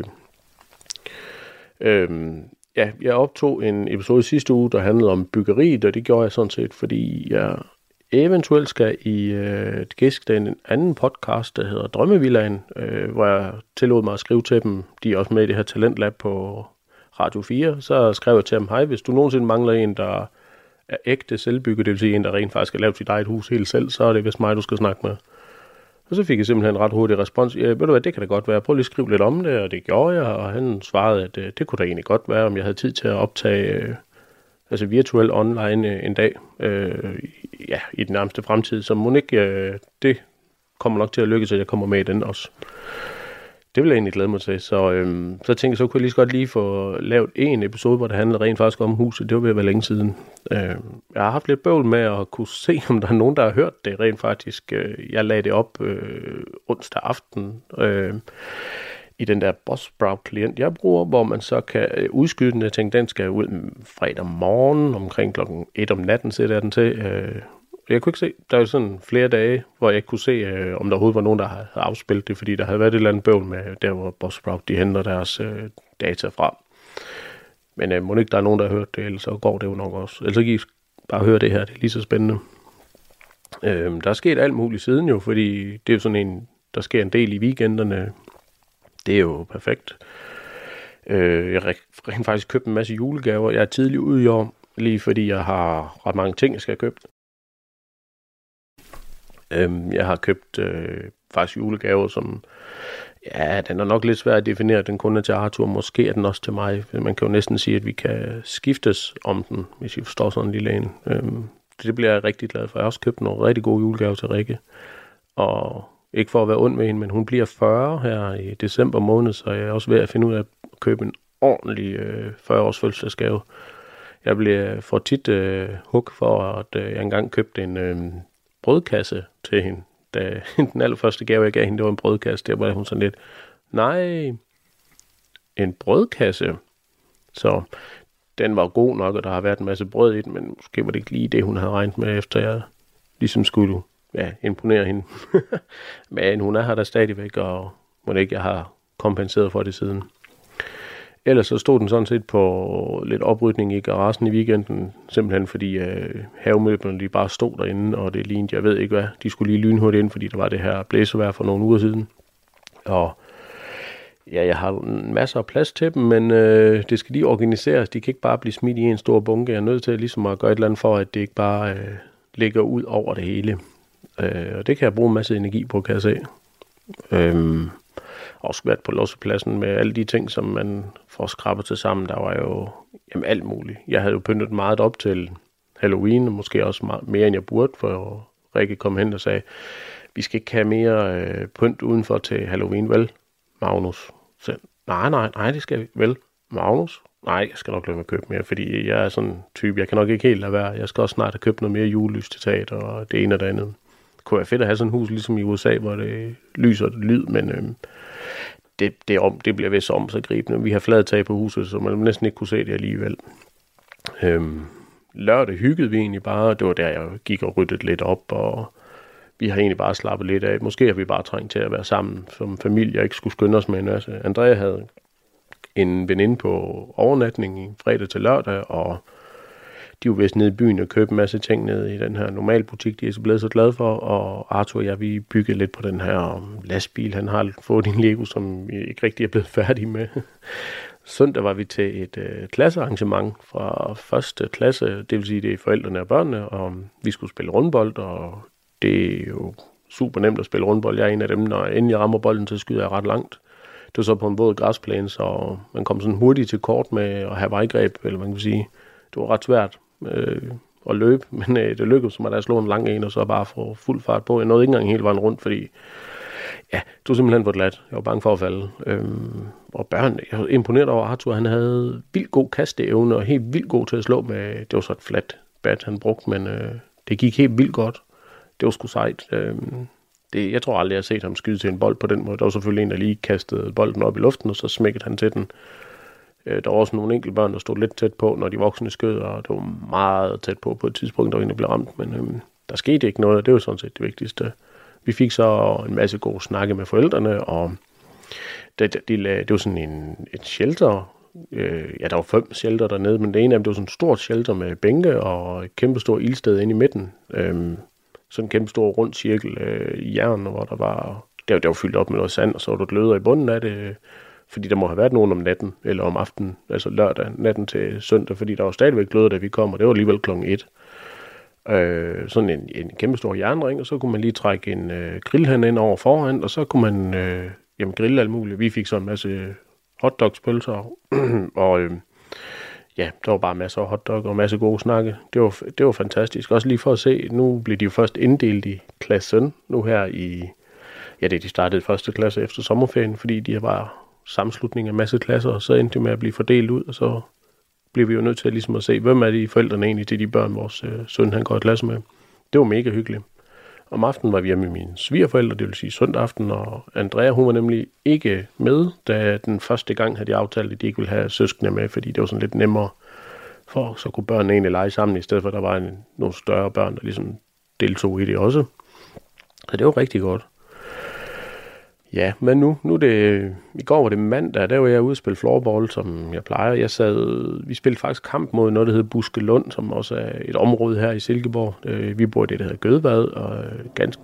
Øh, ja, jeg optog en episode sidste uge, der handlede om byggeriet, og det gjorde jeg sådan set, fordi jeg eventuelt skal i øh, gæste en anden podcast, der hedder Drømmevillaen, øh, hvor jeg tillod mig at skrive til dem. De er også med i det her Talentlab på Radio fire. Så skrev jeg til dem, hej, hvis du nogensinde mangler en, der er ægte selvbygget, det vil sige en, der rent faktisk har lavet sit eget hus helt selv, så er det vist mig, du skal snakke med. Og så fik jeg simpelthen en ret hurtig respons. Ja, ved du hvad, det kan da godt være. Prøv lige at skrive lidt om det, og det gjorde jeg. Og han svarede, at øh, det kunne da egentlig godt være, om jeg havde tid til at optage øh, altså virtuelt online øh, en dag. Øh, ja, i den nærmeste fremtid. Så må ikke, øh, det kommer nok til at lykkes, at jeg kommer med i den også. Det vil jeg egentlig glæde mig til. Så, øh, så tænkte jeg, så kunne jeg lige så godt lige få lavet en episode, hvor det handler rent faktisk om huset. Det var ved at være længe siden. Øh, jeg har haft lidt bøvl med at kunne se, om der er nogen, der har hørt det rent faktisk. Jeg lagde det op øh, onsdag aften øh, i den der Buzzsprout-klient, jeg bruger, hvor man så kan udskyde den. Jeg tænkte, den skal ud fredag morgen, omkring klokken et om natten, sætter jeg den til. Øh, Jeg kunne ikke se, der er jo sådan flere dage, hvor jeg ikke kunne se, øh, om der overhovedet var nogen, der havde afspillet det, fordi der havde været et eller andet bøvl med, der hvor Buzzsprout, de henter deres øh, data fra. Men øh, må ikke der er nogen, der har hørt det, ellers så går det jo nok også. Ellers så kan I bare høre det her, det er lige så spændende. Øh, der er sket alt muligt siden jo, fordi det er jo sådan en, der sker en del i weekenderne. Det er jo perfekt. Øh, jeg har rent faktisk købt en masse julegaver. Jeg er tidligt ude i år, lige fordi jeg har ret mange ting, jeg skal have købt. Jeg har købt øh, faktisk julegaver, som, ja, den er nok lidt svær at definere, den kun er til Arthur, måske er den også til mig. Man kan jo næsten sige, at vi kan skiftes om den, hvis I forstår sådan en lille en. Øhm, det bliver jeg rigtig glad for. Jeg har også købt nogle rigtig gode julegaver til Rikke, og ikke for at være ond med hende, men hun bliver fyrre her i december måned, så jeg er også ved at finde ud af at købe en ordentlig øh, fyrre-års fødselsdagsgave. Jeg bliver for tit øh, hug for, at øh, jeg engang købte en øh, brødkasse til hende. Da den allerførste gave, jeg gav hende, det var en brødkasse. Der var hun sådan lidt, nej, en brødkasse. Så den var god nok, og der har været en masse brød i den, men måske var det ikke lige det, hun havde regnet med, efter jeg ligesom skulle ja, imponere hende. Men hun er her der stadigvæk, og må ikke, jeg har kompenseret for det siden. Ellers så stod den sådan set på lidt oprydning i garagen i weekenden, simpelthen fordi øh, havemøblerne de bare stod derinde, og det lignede, jeg ved ikke hvad, de skulle lige lynhurtigt ind, fordi der var det her blæsevejr for nogle uger siden. Og ja, jeg har masser af plads til dem, men øh, det skal lige organiseres. De kan ikke bare blive smidt i en stor bunke. Jeg er nødt til ligesom at gøre et eller andet for, at det ikke bare øh, ligger ud over det hele. Øh, og det kan jeg bruge en masse energi på, kan jeg se. Øh, også været på lossepladsen med alle de ting, som man får skrabet til sammen. Der var jo jamen, alt muligt. Jeg havde jo pyntet meget op til Halloween, og måske også meget, mere end jeg burde, for Rikke kom hen og sagde, vi skal ikke have mere øh, pynt udenfor til Halloween, vel, Magnus? Så, nej, nej, nej, det skal vi vel, Magnus? Nej, jeg skal nok lade mig købe mere, fordi jeg er sådan en type, jeg kan nok ikke helt lade være. Jeg skal også snart have købt noget mere julelys til teater, og det ene og det andet. Det kunne være fedt at have sådan et hus, ligesom i U S A, hvor det lyser og det lyd, men øh, det, det, om, det bliver vist om så gribende. Vi har flad tag på huset, så man næsten ikke kunne se det alligevel. Øhm, lørdag hyggede vi egentlig bare, det var der, jeg gik og ryddede lidt op, og vi har egentlig bare slappet lidt af. Måske har vi bare trængt til at være sammen som familie, og ikke skulle skynde os med en masse. Andrea havde en veninde på overnatning i fredag til lørdag, og de var vist nede i byen og købte en masse ting nede i den her normalbutik, de er så blevet så glade for, og Arthur og jeg, vi byggede lidt på den her lastbil. Han har fået en Lego, som vi ikke rigtig er blevet færdige med. Søndag var vi til et øh, klassearrangement fra første klasse, det vil sige, det er forældrene og børnene, og vi skulle spille rundbold, og det er jo super nemt at spille rundbold. Jeg er en af dem, når jeg endelig rammer bolden, så skyder jeg ret langt. Det var så på en våd græsplæne, så man kom sådan hurtigt til kort med at have vejgreb, eller man kan sige, det var ret svært øh, at løbe, men øh, det lykkedes mig, da jeg slog en lang en, og så bare få fuld fart på. Jeg nåede ikke engang hele vejen rundt, fordi ja, det var simpelthen for et lat. Jeg var bange for at falde. Øhm, og børn, jeg var imponeret over Arthur, han havde vildt god kasteevne, og helt vildt god til at slå med, det var så et flat bat, han brugte, men øh, det gik helt vildt godt. Det var sgu sejt. Øhm, det, jeg tror aldrig, jeg har set ham skyde til en bold på den måde. Der var selvfølgelig en, der lige kastede bolden op i luften, og så smækkede han til den. Øh, der var også nogle enkelte børn, der stod lidt tæt på, når de voksne skød, og det var meget tæt på på et tidspunkt, der egentlig blev ramt, men øhm, der skete ikke noget, og det var sådan set det vigtigste. Vi fik så en masse gode snakke med forældrene, og det, det, det, det var sådan en, et shelter. Øh, ja, der var fem shelter dernede, men det ene af dem, det var sådan et stort shelter med bænke og et kæmpe stort ildsted inde i midten. Øh, sådan en kæmpe stor rund cirkel øh, i jern, hvor der var, der, der var fyldt op med noget sand, og så var der gløder i bunden af det, fordi der må have været nogen om natten, eller om aftenen, altså lørdag, natten til søndag, fordi der var stadigvæk gløder, da vi kom, og det var alligevel klokken et. Øh, sådan en, en kæmpe stor jernring, og så kunne man lige trække en øh, grillhænd ind over foran, og så kunne man øh, jamen, grille alt muligt. Vi fik så en masse hotdogspølser, og øh, ja, der var bare masser af hotdog og en masse gode snakke. Det var, det var fantastisk. Også lige for at se, nu blev de jo først inddelt i klassen, nu her i, ja, det de startede i første klasse efter sommerferien, fordi de var sammenslutning af en masse klasser, og så endte de med at blive fordelt ud, og så bliver vi jo nødt til at, ligesom at se, hvem er de forældrene egentlig til de børn, vores øh, søn han går i klasse med. Det var mega hyggeligt. Om aftenen var vi hjemme med mine svigerforældre, det vil sige søndag aften, og Andrea, hun var nemlig ikke med, da den første gang havde de aftalt, at de ikke ville have søskende med, fordi det var sådan lidt nemmere, for så kunne børnene egentlig lege sammen, i stedet for at der var en, nogle større børn, der ligesom deltog i det også. Så det var rigtig godt. Ja, men nu, nu det, i går var det mandag, der var jeg ude at spille floorball, som jeg plejer. Jeg sad, vi spillede faktisk kamp mod noget, der hedder Buskelund, som også er et område her i Silkeborg. Vi bor i det, der hedder Gødvad, og ganske,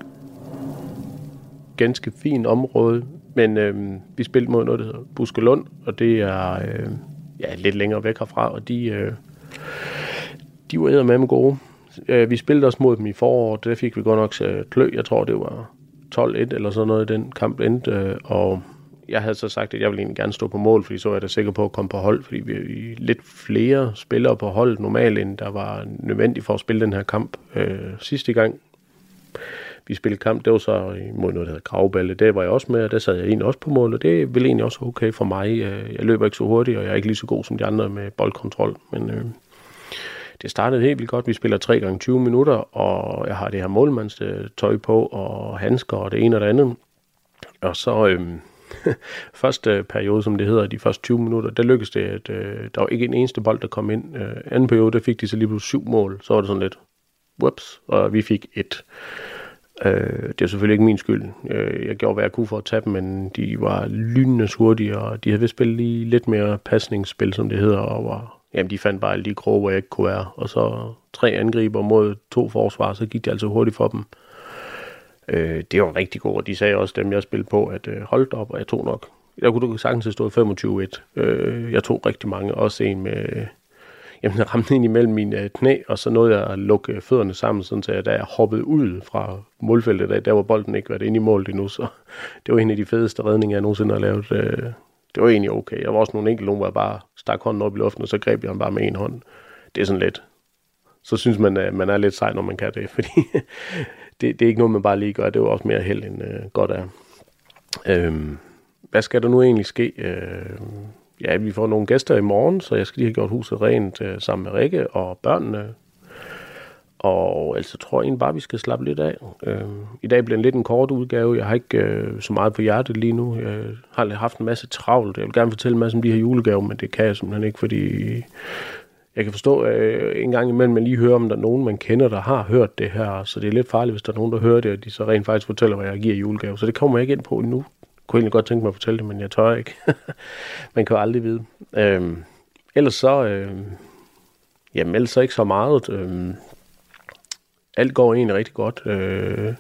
ganske fint område. Men øh, vi spillede mod noget, der hedder Buskelund, og det er øh, ja, lidt længere væk herfra, og de, øh, de var eddermame gode. Vi spillede også mod dem i foråret, der fik vi godt nok klø, jeg tror det var tolv et eller sådan noget, den kamp endte, og jeg havde så sagt, at jeg ville egentlig gerne stå på mål, fordi så var jeg da sikker på at komme på hold, fordi vi er lidt flere spillere på holdet normalt, end der var nødvendigt for at spille den her kamp. Øh, sidste gang vi spillede kamp, det var så mod noget, der hedder Gravballe, der var jeg også med, og der sad jeg egentlig også på mål, og det ville egentlig også okay for mig. Jeg løber ikke så hurtigt, og jeg er ikke lige så god som de andre med boldkontrol, men øh, det startede helt vildt godt. Vi spiller tre gange tyve minutter, og jeg har det her målmandstøj på, og handsker og det ene og det andet. Og så øhm, første periode, som det hedder, de første tyve minutter, der lykkedes det, at øh, der var ikke en eneste bold, der kom ind. Øh, anden periode, der fik de så lige pludselig syv mål. Så var det sådan lidt, whoops, og vi fik et. Øh, det er selvfølgelig ikke min skyld. Øh, jeg gjorde, hvad jeg kunne for at tage dem, men de var lynende hurtige, og de havde vist spillet lige lidt mere pasningsspil, som det hedder, og var jamen, de fandt bare alle de kroge, hvor jeg ikke kunne være. Og så tre angriber mod to forsvar, så gik de altså hurtigt for dem. Øh, det var rigtig godt, og de sagde også, dem jeg spillede på, at øh, holdt op, og jeg tog nok. Jeg kunne sagtens have stået femogtyve et. Øh, jeg tog rigtig mange, også en med, jamen, jeg ramte ind imellem mine knæ, og så nåede jeg at lukke fødderne sammen, sådan så jeg, da jeg hoppede ud fra målfeltet, der, der var bolden ikke været inde i målet endnu, så det var en af de fedeste redninger, jeg nogensinde har lavet. Øh, Det var egentlig okay. Jeg var også nogle enkelte nogen, hvor jeg bare stak hånden op i luften, og så greb jeg ham bare med en hånd. Det er sådan lidt. Så synes man, at man er lidt sej, når man kan det, fordi det, det er ikke noget, man bare lige gør. Det var også mere held, end uh, godt er. Øhm, hvad skal der nu egentlig ske? Øh, ja, vi får nogle gæster i morgen, så jeg skal lige have gjort huset rent uh, sammen med Rikke og børnene. Og altså tror jeg egentlig bare, vi skal slappe lidt af. Øh, I dag bliver en lidt en kort udgave. Jeg har ikke øh, så meget på hjertet lige nu. Jeg har haft en masse travlt. Jeg vil gerne fortælle en masse om de her julegaver, men det kan jeg simpelthen ikke, fordi jeg kan forstå, at øh, en gang imellem man lige hører, om der er nogen, man kender, der har hørt det her. Så det er lidt farligt, hvis der er nogen, der hører det, og de så rent faktisk fortæller, hvad jeg giver julegave. Så det kommer jeg ikke ind på endnu. Jeg kunne egentlig godt tænke mig at fortælle det, men jeg tør ikke. Man kan jo aldrig vide. Øh, ellers så... Øh, jamen ellers ikke så meget. Øh, alt går egentlig rigtig godt. Øh,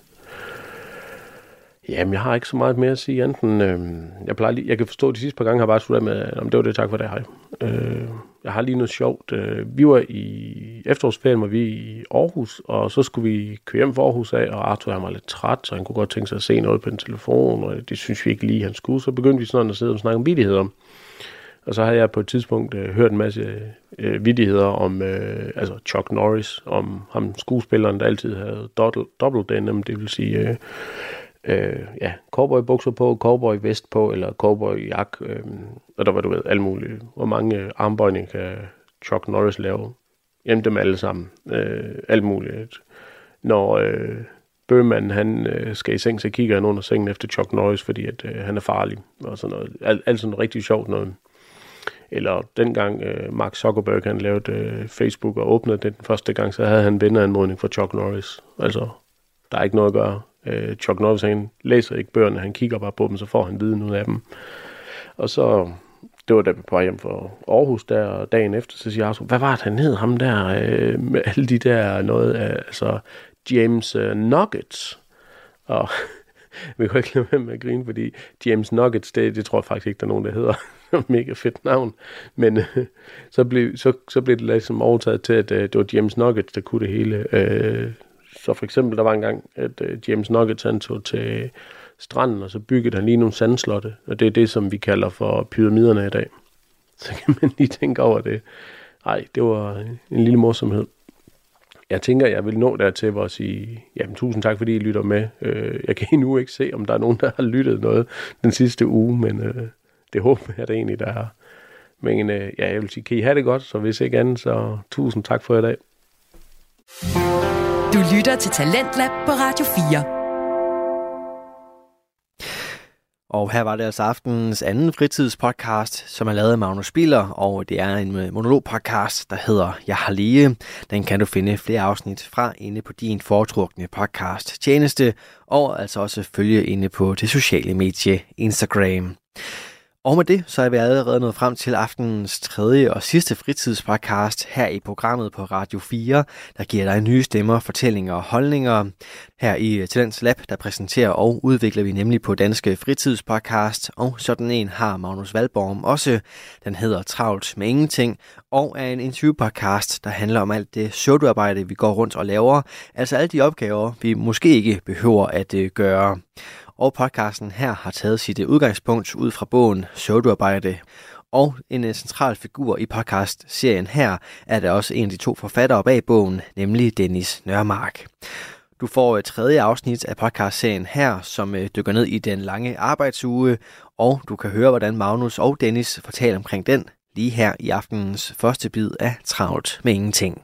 Jamen, jeg har ikke så meget mere at sige, enten øh, jeg plejer lige, jeg kan forstå, at de sidste par gange har jeg bare sluttet med, om det var det, tak for det, hej. Øh, jeg har lige noget sjovt. Øh, vi var i efterårsferien, var vi i Aarhus, og så skulle vi køre hjem fra Aarhus af, og Arthur han var lidt træt, så han kunne godt tænke sig at se noget på en telefon, og det synes vi ikke lige, han skulle. Så begyndte vi sådan at sidde og snakke om vittigheder. Og så havde jeg på et tidspunkt øh, hørt en masse øh, vittigheder om øh, altså Chuck Norris, om ham skuespilleren, der altid havde double, double denim, det vil sige... Øh, Øh, ja, cowboybukser på, cowboyvest på, eller cowboyjak, øh, og der var, du ved, alle mulige. Hvor mange armbøjninger kan Chuck Norris lave? Jamen dem alle sammen. Øh, alt muligt. Når øh, Bøhman, han øh, skal i seng, så kigger han under sengen efter Chuck Norris, fordi at, øh, han er farlig, og sådan noget. Alt, alt sådan rigtig sjovt noget. Eller dengang øh, Mark Zuckerberg, han lavede øh, Facebook og åbnede det den første gang, så havde han venneranmodning for Chuck Norris. Altså, der er ikke noget at gøre. Uh, Chuck Norris, han læser ikke bøgerne, han kigger bare på dem, så får han viden ud af dem. Og så, det var da vi på hjem fra Aarhus der, og dagen efter, så siger Arthur, hvad var det, han hed ham der, uh, med alle de der noget, uh, altså James uh, Nuggets. Og vi kunne ikke lade være med at grine, fordi James Nuggets, det, det tror jeg faktisk ikke, der er nogen, der hedder. Mega fedt navn. Men uh, så, blev, så, så blev det ligesom overtaget til, at uh, det var James Nuggets, der kunne det hele. Uh, Så for eksempel, der var en gang, at uh, James Nuggets han tog til stranden, og så byggede han lige nogle sandslotte. Og det er det, som vi kalder for pyramiderne i dag. Så kan man lige tænke over det. Ej, det var en lille morsomhed. Jeg tænker, jeg vil nå dertil hvor at sige, jamen tusind tak, fordi I lytter med. Uh, jeg kan endnu ikke se, om der er nogen, der har lyttet noget den sidste uge, men uh, det håber jeg da egentlig, der er. Men uh, ja, jeg vil sige, kan I have det godt, så hvis ikke andet, så tusind tak for i dag. Du lytter til Talentlab på Radio fire. Og her var det altså aftenens anden fritidspodcast, som er lavet af Magnus Biller, og det er en monologpodcast, der hedder Jeg har lige. Den kan du finde flere afsnit fra inde på din foretrukne podcast tjeneste, og altså også følge inde på det sociale medie Instagram. Og med det, så er vi allerede nået frem til aftenens tredje og sidste fritidspodcast her i programmet på Radio fire, der giver dig nye stemmer, fortællinger og holdninger. Her i Talents Lab, der præsenterer og udvikler vi nemlig på Danske Fritidspodcast, og sådan en har Magnus Valborg også. Den hedder Travlt med Ingenting, og er en interviewpodcast, der handler om alt det pseudoarbejde, vi går rundt og laver, altså alle de opgaver, vi måske ikke behøver at gøre. Og podcasten her har taget sit udgangspunkt ud fra bogen Pseudoarbejde. Og en central figur i podcast-serien her er der også en af de to forfattere bag bogen, nemlig Dennis Nørmark. Du får et tredje afsnit af podcast-serien her, som dykker ned i den lange arbejdsuge, og du kan høre, hvordan Magnus og Dennis fortæller omkring den lige her i aftenens første bid af Travlt med Ingenting.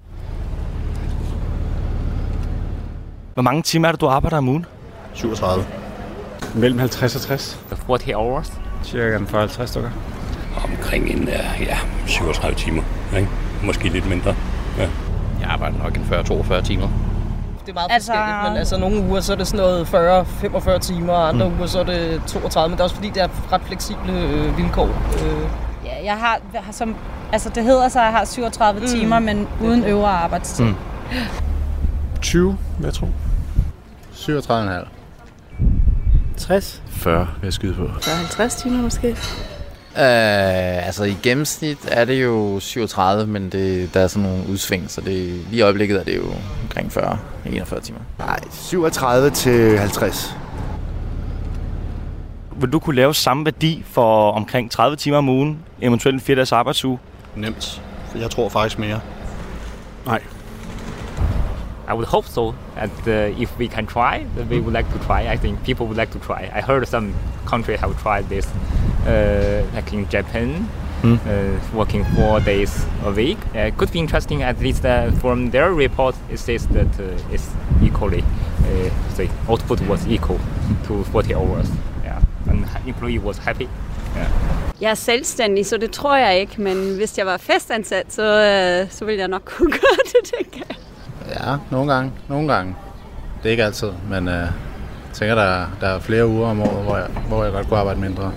Hvor mange timer er det, du arbejder om ugen? syvogtredive. Mellem halvtreds og tres. fyrre hours. Cirka fyrre til halvtreds stykker. Omkring en, ja, syvogtredive timer, ikke? Måske lidt mindre. Ja. Jeg arbejder nok en fyrre til toogfyrre timer. Det er meget altså... forskelligt, men altså nogle uger så er det sådan noget fyrre til femogfyrre timer, og andre mm. uger så er det toogtredive, men det er også fordi, det er ret fleksible øh, vilkår. Øh. Ja, jeg har, jeg har som, altså det hedder så, at jeg har syvogtredive mm. timer, men uden øvre arbejdstid. Mm. tyve, hvad jeg tror. syvogtredive komma fem. tres. fyrre vil jeg skyde på. fyrre til halvtreds timer måske. Øh, altså i gennemsnit er det jo syvogtredive, men det, der er sådan nogle udsving, så det, lige i øjeblikket er det jo omkring fyrre til enogfyrre timer. Nej, syvogtredive til halvtreds. Vil du kunne lave samme værdi for omkring tredive timer om ugen, eventuelt en fire dages arbejdsuge? Nemt, for jeg tror faktisk mere. Nej. I would hope so. And uh, if we can try, then we would like to try. I think people would like to try. I heard some countries have tried this, uh, like in Japan, mm. uh, working four days a week. Uh, it could be interesting. At least uh, from their report, it says that uh, it's equally, uh, the output was equal to forty hours. Yeah, and employee was happy. Yeah. Jeg er selvstændig, så det tror jeg ikke. Men hvis jeg var fastansat, så, uh, så ville jeg nok kunne gøre det, tænker jeg. Ja, nogle gange. Nogle gange. Det er ikke altid, men jeg øh, tænker, der, der er flere uger om året, hvor jeg, hvor jeg godt kunne arbejde mindre.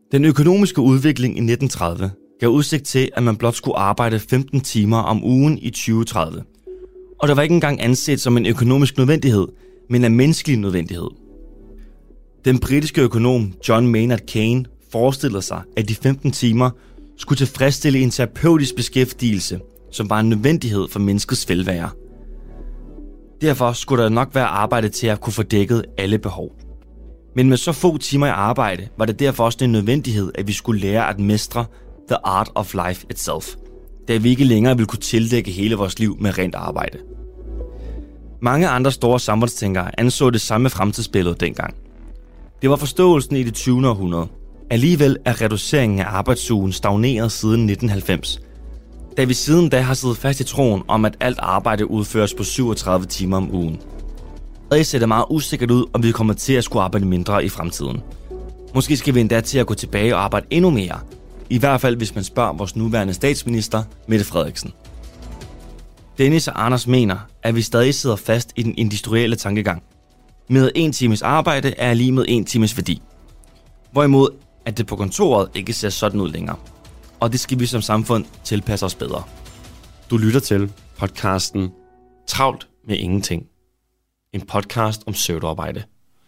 Den økonomiske udvikling i nitten tredive gav udsigt til, at man blot skulle arbejde femten timer om ugen i tyve tredive. Og der var ikke engang anset som en økonomisk nødvendighed, men en menneskelig nødvendighed. Den britiske økonom John Maynard Keynes forestillede sig, at de femten timer skulle tilfredsstille en terapeutisk beskæftigelse, som var en nødvendighed for menneskets velvære. Derfor skulle der nok være arbejde til at kunne få dækket alle behov. Men med så få timer i arbejde, var det derfor også en nødvendighed, at vi skulle lære at mestre the art of life itself, da vi ikke længere ville kunne tildække hele vores liv med rent arbejde. Mange andre store samfundstænkere anså det samme fremtidsbillede dengang. Det var forståelsen i det tyvende århundrede. Alligevel er reduceringen af arbejdsugen stagneret siden nitten halvfems, da vi siden da har siddet fast i troen om, at alt arbejde udføres på syvogtredive timer om ugen. Og det ser det meget usikkert ud, om vi kommer til at skulle arbejde mindre i fremtiden. Måske skal vi endda til at gå tilbage og arbejde endnu mere. I hvert fald, hvis man spørger vores nuværende statsminister, Mette Frederiksen. Dennis og Anders mener, at vi stadig sidder fast i den industrielle tankegang. Med en times arbejde er lige med en times værdi. Hvorimod, at det på kontoret ikke ser sådan ud længere. Og det skal vi som samfund tilpasse os bedre. Du lytter til podcasten Travlt med ingenting. En podcast om pseudoarbejde.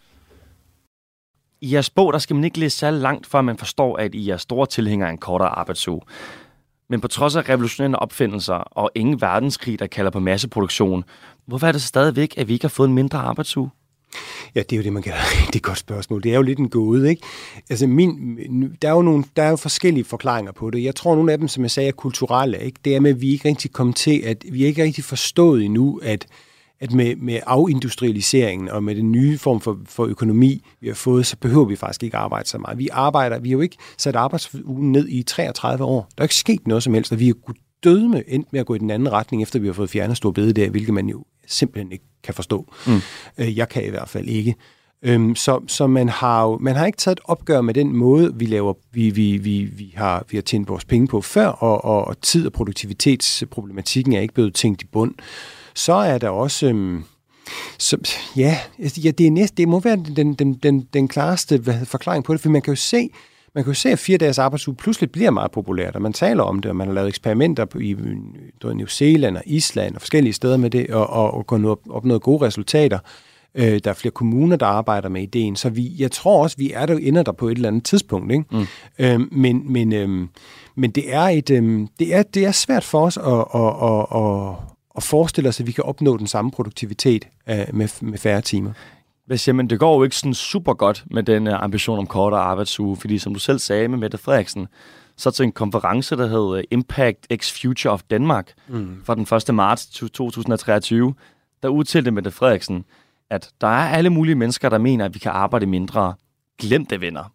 I jeres bog, der skal man ikke læse særlig langt, før man forstår, at I er store tilhængere af en kortere arbejdsuge. Men på trods af revolutionerende opfindelser og ingen verdenskrig, der kalder på masseproduktion, hvorfor er det stadigvæk, at vi ikke har fået en mindre arbejdsuge? Ja, det er jo det, man kalder det er et godt spørgsmål. Det er jo lidt en gåde, ikke? Altså, min, der, er jo nogle, der er jo forskellige forklaringer på det. Jeg tror, nogle af dem, som jeg sagde, er kulturelle, ikke? Det er med, at vi ikke rigtig kom til, at vi ikke rigtig forstået endnu, at at med, med afindustrialiseringen og med den nye form for, for økonomi, vi har fået, så behøver vi faktisk ikke arbejde så meget. Vi arbejder, vi har jo ikke sat arbejdsugen ned i treogtredive år. Der er ikke sket noget som helst, og vi er døde med, endt med at gå i den anden retning, efter vi har fået fjernet store bededag, hvilket man jo simpelthen ikke kan forstå. Mm. Jeg kan i hvert fald ikke. Så, så man har jo, man har ikke taget et opgør med den måde, vi laver, vi, vi, vi, vi, har, vi har tjent vores penge på før, og, og, og tid- og produktivitetsproblematikken er ikke blevet tænkt i bund. Så er der også, øhm, så, ja, ja, det er næste, det må være den, den, den, den klareste hvad, forklaring på det, for man kan jo se, man kan jo se, at fire dages arbejdsuge pludselig bliver meget populært, og man taler om det, og man har lavet eksperimenter i New Zealand og Island og forskellige steder med det, og, og, og kunnet opnået gode resultater. Øh, der er flere kommuner, der arbejder med ideen, så vi, jeg tror også, vi er der ender der på et eller andet tidspunkt, ikke? Mm. Øh, men, men, øh, men det er et, øh, det er, det er svært for os at, at, at, at og forestille os, at vi kan opnå den samme produktivitet uh, med, med færre timer. Hvad siger man? Det går jo ikke sådan super godt med den uh, ambition om kortere arbejdsuge, fordi som du selv sagde med Mette Frederiksen, så til en konference, der hed Impact X Future of Denmark, mm. fra den første marts to tusind og treogtyve, der udtalte Mette Frederiksen, at der er alle mulige mennesker, der mener, at vi kan arbejde mindre. Glem det, venner.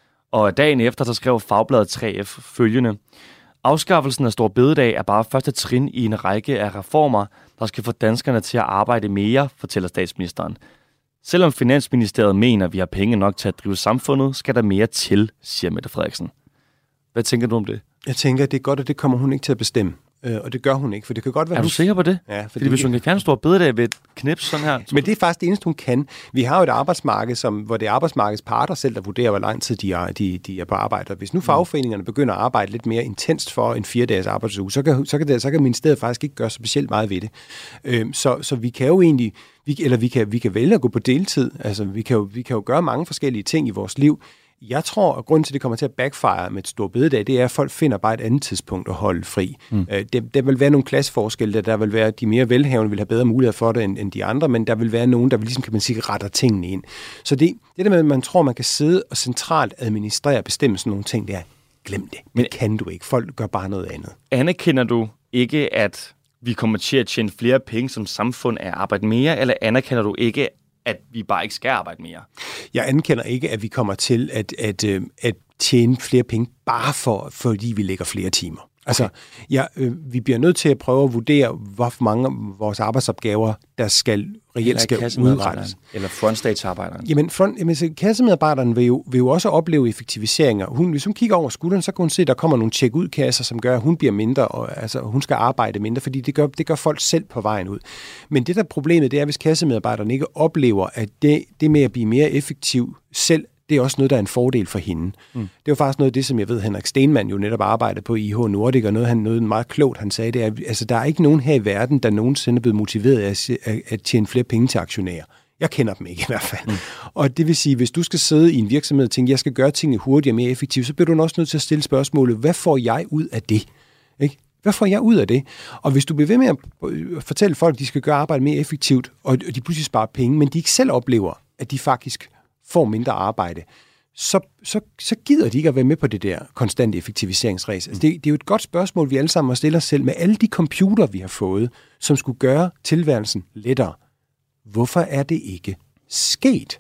Og dagen efter, så skrev fagbladet tre F følgende: afskaffelsen af store bededag er bare første trin i en række af reformer, der skal få danskerne til at arbejde mere, fortæller statsministeren. Selvom Finansministeriet mener, at vi har penge nok til at drive samfundet, skal der mere til, siger Mette Frederiksen. Hvad tænker du om det? Jeg tænker, at det er godt, at det kommer hun ikke til at bestemme. Øh, og det gør hun ikke, for det kan godt være... Er du hun... sikker på det? Ja, fordi... fordi hvis hun kan fjerne store bededag ved et knips sådan her... Men det er faktisk det eneste, hun kan. Vi har jo et arbejdsmarked, som, hvor det er arbejdsmarkedets parter selv, der vurderer, hvor lang tid de er, de, de er på arbejde. Hvis nu fagforeningerne begynder at arbejde lidt mere intenst for en fire dages arbejdsuge, så kan, så kan, det, så kan ministeriet faktisk ikke gøre så specielt meget ved det. Øh, så, så vi kan jo egentlig... Vi, eller vi kan, vi kan vælge at gå på deltid. Altså, vi kan, jo, vi kan jo gøre mange forskellige ting i vores liv. Jeg tror, at grunden til, at det kommer til at backfire med et stort bededag, det er, at folk finder bare et andet tidspunkt at holde fri. Mm. Det, der vil være nogle klasseforskelle, der, der vil være, de mere velhavende vil have bedre muligheder for det end, end de andre, men der vil være nogen, der vil ligesom, kan man sige, retter tingene ind. Så det, det der med, at man tror, man kan sidde og centralt administrere og bestemme sådan nogle ting, det er, glem det. Men det kan du ikke. Folk gør bare noget andet. Anerkender du ikke, at vi kommer til at tjene flere penge som samfund af at arbejde mere, eller anerkender du ikke, at vi bare ikke skal arbejde mere? Jeg anerkender ikke, at vi kommer til at, at, at tjene flere penge, bare for, fordi vi lægger flere timer. Okay. Altså, ja, øh, vi bliver nødt til at prøve at vurdere, hvor mange af vores arbejdsopgaver, der skal reelt skal udrettes. Eller frontstagearbejderen. Jamen, front, jamen så kassemedarbejderen vil jo, vil jo også opleve effektiviseringer. Hun, hvis hun kigger over skulderen, så kan hun se, at der kommer nogle check-ud-kasser, som gør, at hun bliver mindre, og altså, hun skal arbejde mindre, fordi det gør, det gør folk selv på vejen ud. Men det der problemet, det er, hvis kassemedarbejderen ikke oplever, at det, det med at blive mere effektiv selv, Det er også noget, der er en fordel for hende. Mm. Det var faktisk noget af det, som jeg ved, Henrik Stenmann jo netop arbejdede på i I H Nordic, og noget, han, noget meget klogt, han sagde, det er, altså der er ikke nogen her i verden, der nogensinde er blevet motiveret af at, at tjene flere penge til aktionærer. Jeg kender dem ikke i hvert fald. Mm. Og det vil sige, hvis du skal sidde i en virksomhed og tænke, jeg skal gøre tingene hurtigere og mere effektivt, så bliver du også nødt til at stille spørgsmålet, hvad får jeg ud af det? Ikke? Hvad får jeg ud af det? Og hvis du bliver ved med at fortælle folk, at de skal gøre arbejde mere effektivt, og de pludselig sparer penge, men de ikke selv oplever, at de faktisk får mindre arbejde, så, så, så gider de ikke at være med på det der konstante effektiviseringsræs. Altså det, det er jo et godt spørgsmål, vi alle sammen må stille os selv med alle de computer, vi har fået, som skulle gøre tilværelsen lettere. Hvorfor er det ikke sket?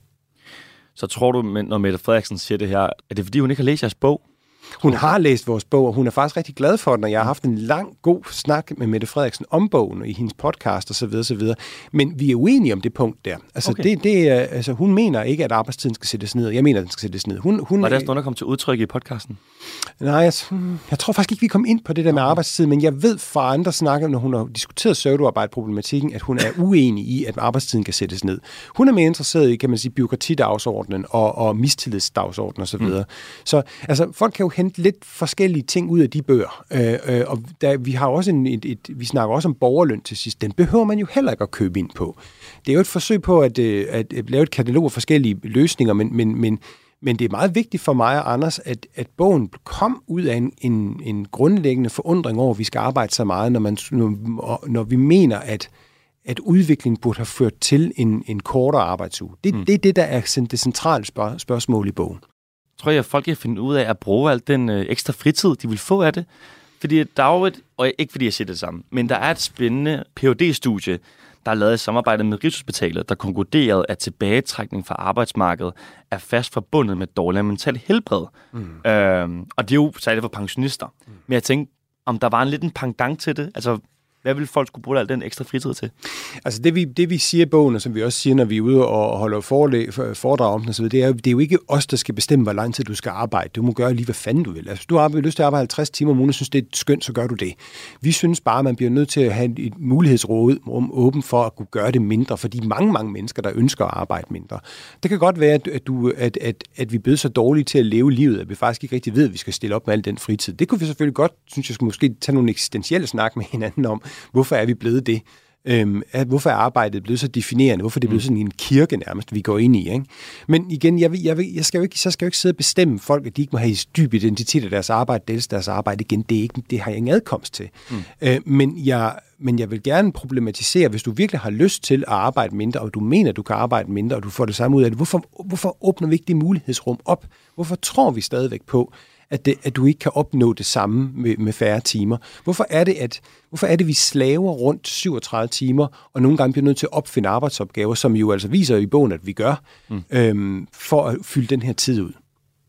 Så tror du, når Mette Frederiksen siger det her, er det fordi, hun ikke har læst jeres bog? Hun har læst vores bog, og hun er faktisk rigtig glad for den, og jeg har haft en lang, god snak med Mette Frederiksen om bogen, og i hendes podcast og så videre, så videre. Men vi er uenige om det punkt der. Altså, okay. det, det er, altså, hun mener ikke, at arbejdstiden skal sættes ned, og jeg mener, at den skal sættes ned. Hun, hun, Var der noget, der kom til udtryk i podcasten? Nej, jeg, jeg tror faktisk ikke, vi kom ind på det der med arbejdstid, men jeg ved fra andre snakker, når hun har diskuteret pseudoarbejde-problematikken, at hun er uenig i, at arbejdstiden kan sættes ned. Hun er mere interesseret i, kan man sige, bureaukratidagsordenen og, og mistillidsdagsordenen osv. Mm. Så altså, folk kan jo hente lidt forskellige ting ud af de bøger. Øh, øh, og der, vi har også en, et, et, vi snakker også om borgerløn til sidst. Den behøver man jo heller ikke at købe ind på. Det er jo et forsøg på at, at, at lave et katalog af forskellige løsninger, men, men, men, men det er meget vigtigt for mig og Anders, at, at bogen kom ud af en, en, en grundlæggende forundring over, at vi skal arbejde så meget, når, man, når, når vi mener, at at udviklingen burde have ført til en, en kortere arbejdsuge. Det, mm. det er det, der er det centrale spørg- spørgsmål i bogen. Tror jeg, at folk kan finde ud af at bruge alt den øh, ekstra fritid, de vil få af det? Fordi der er jo et, og ikke fordi jeg siger det samme, men der er et spændende P H D-studie, der er lavet i samarbejde med Rigshospitalet, der konkluderede, at tilbagetrækning fra arbejdsmarkedet er fast forbundet med dårligere mental helbred. Mm. Øhm, og det er jo særligt for pensionister. Mm. Men jeg tænkte, om der var en lidt en pendant til det, altså hvad vil folk skulle bruge al den ekstra fritid til? Altså det vi, det vi siger i bogen, og som vi også siger, når vi er ude og holder forelæg, foredrag om den, så det er, det er jo ikke os, der skal bestemme, hvor lang tid du skal arbejde. Du må gøre lige, hvad fanden du vil. Altså, hvis du har lyst til at arbejde halvtreds timer om ugen, og synes, det er skønt, så gør du det. Vi synes bare, at man bliver nødt til at have et mulighedsrum åben for at kunne gøre det mindre, fordi mange, mange mennesker, der ønsker at arbejde mindre. Det kan godt være, at, du, at, at, at vi er blevet så dårlige til at leve livet, at vi faktisk ikke rigtig ved, at vi skal stille op med al den fritid. Det kunne vi selvfølgelig godt, synes jeg, skulle måske tage nogle eksistentielle snak med hinanden om. Hvorfor er vi blevet det? Øhm, hvorfor er arbejdet blevet så definerende? Hvorfor er det blevet sådan en kirke nærmest, vi går ind i? Ikke? Men igen, jeg, vil, jeg, vil, jeg skal jo ikke, så skal jo ikke sidde og bestemme folk, at de ikke må have dyb identitet af deres arbejde, dels deres arbejde igen. Det, er ikke, det har jeg ingen adkomst til. Mm. Øh, men, jeg, men jeg vil gerne problematisere, hvis du virkelig har lyst til at arbejde mindre, og du mener, at du kan arbejde mindre, og du får det samme ud af det. Hvorfor, hvorfor åbner vi ikke det mulighedsrum op? Hvorfor tror vi stadigvæk på, At, det, at du ikke kan opnå det samme med, med færre timer? Hvorfor er det, at hvorfor er det, vi slaver rundt syvogtredive timer, og nogle gange bliver nødt til at opfinde arbejdsopgaver, som jo altså viser i bogen, at vi gør, mm. øhm, for at fylde den her tid ud?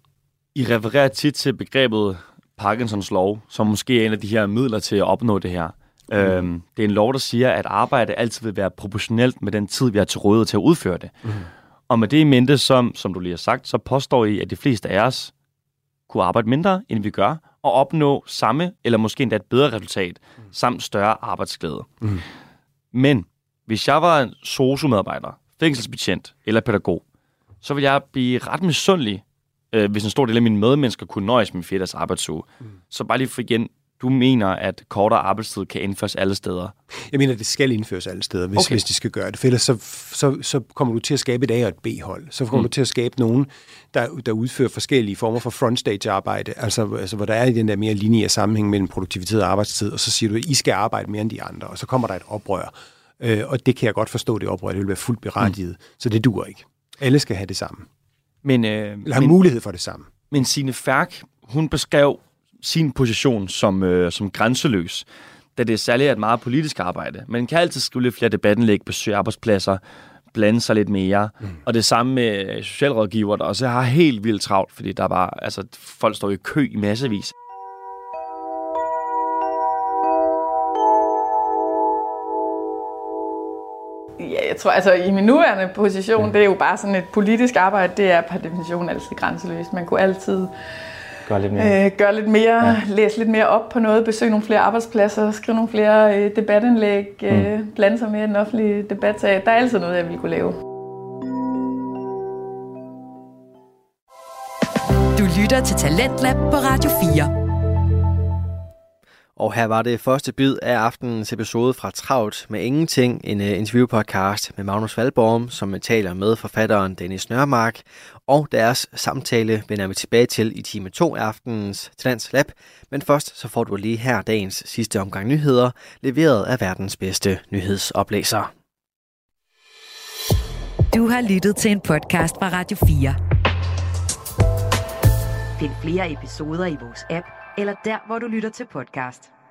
I refererer tit til begrebet Parkinsons lov, som måske er en af de her midler til at opnå det her. Mm. Øhm, det er en lov, der siger, at arbejde altid vil være proportionelt med den tid, vi har til rådighed til at udføre det. Mm. Og med det i mente, som, som du lige har sagt, så påstår I, at de fleste af os kunne arbejde mindre, end vi gør, og opnå samme, eller måske endda et bedre resultat, mm. samt større arbejdsglæde. Mm. Men hvis jeg var en sosu-medarbejder, fængselsbetjent eller pædagog, så ville jeg blive ret misundelig, øh, hvis en stor del af mine medmennesker kunne nøjes med fire dages arbejdsuge. Mm. Så bare lige for igen, du mener, at kortere arbejdstid kan indføres alle steder? Jeg mener, at det skal indføres alle steder, hvis, okay. hvis de skal gøre det. For ellers så, så, så kommer du til at skabe et A- og et B-hold. Så kommer mm. du til at skabe nogen, der, der udfører forskellige former for frontstage-arbejde, altså, altså hvor der er den der mere lineære sammenhæng mellem produktivitet og arbejdstid, og så siger du, at I skal arbejde mere end de andre, og så kommer der et oprør. Øh, og det kan jeg godt forstå, det oprør. Det vil være fuldt berettiget. Mm. Så det duer ikke. Alle skal have det samme. Men, øh, Eller have men, mulighed for det samme. Men Signe Ferk, hun beskrev sin position som, øh, som grænseløs, da det særligt er et meget politisk arbejde. Man kan altid skrive lidt flere debatindlæg, besøge arbejdspladser, blande sig lidt mere. Mm. Og det samme med socialrådgiver, der også har helt vildt travlt, fordi der bare, altså, folk står i kø i massevis. Ja, jeg tror, altså i min nuværende position, mm. det er jo bare sådan et politisk arbejde, det er per definition altid grænseløst. Man kunne altid Gør lidt mere. Øh, gør lidt mere, ja. Læse lidt mere op på noget, besøge nogle flere arbejdspladser, skrive nogle flere øh, debatindlæg, øh, mm. blande sig mere i den offentlige debat. Så der er altid noget, jeg ville kunne lave. lytter til Talentlab på Radio fire. Og her var det første bid af aftenens episode fra Travlt med Ingenting, en uh, interviewpodcast med Magnus Valborg, som taler med forfatteren Dennis Nørmark. Og deres samtale vender vi tilbage til i time to af aftenens Talentlab. Men først så får du lige her dagens sidste omgang nyheder, leveret af verdens bedste nyhedsoplæser. Du har lyttet til en podcast fra Radio fire. Find flere episoder i vores app, eller der, hvor du lytter til podcast.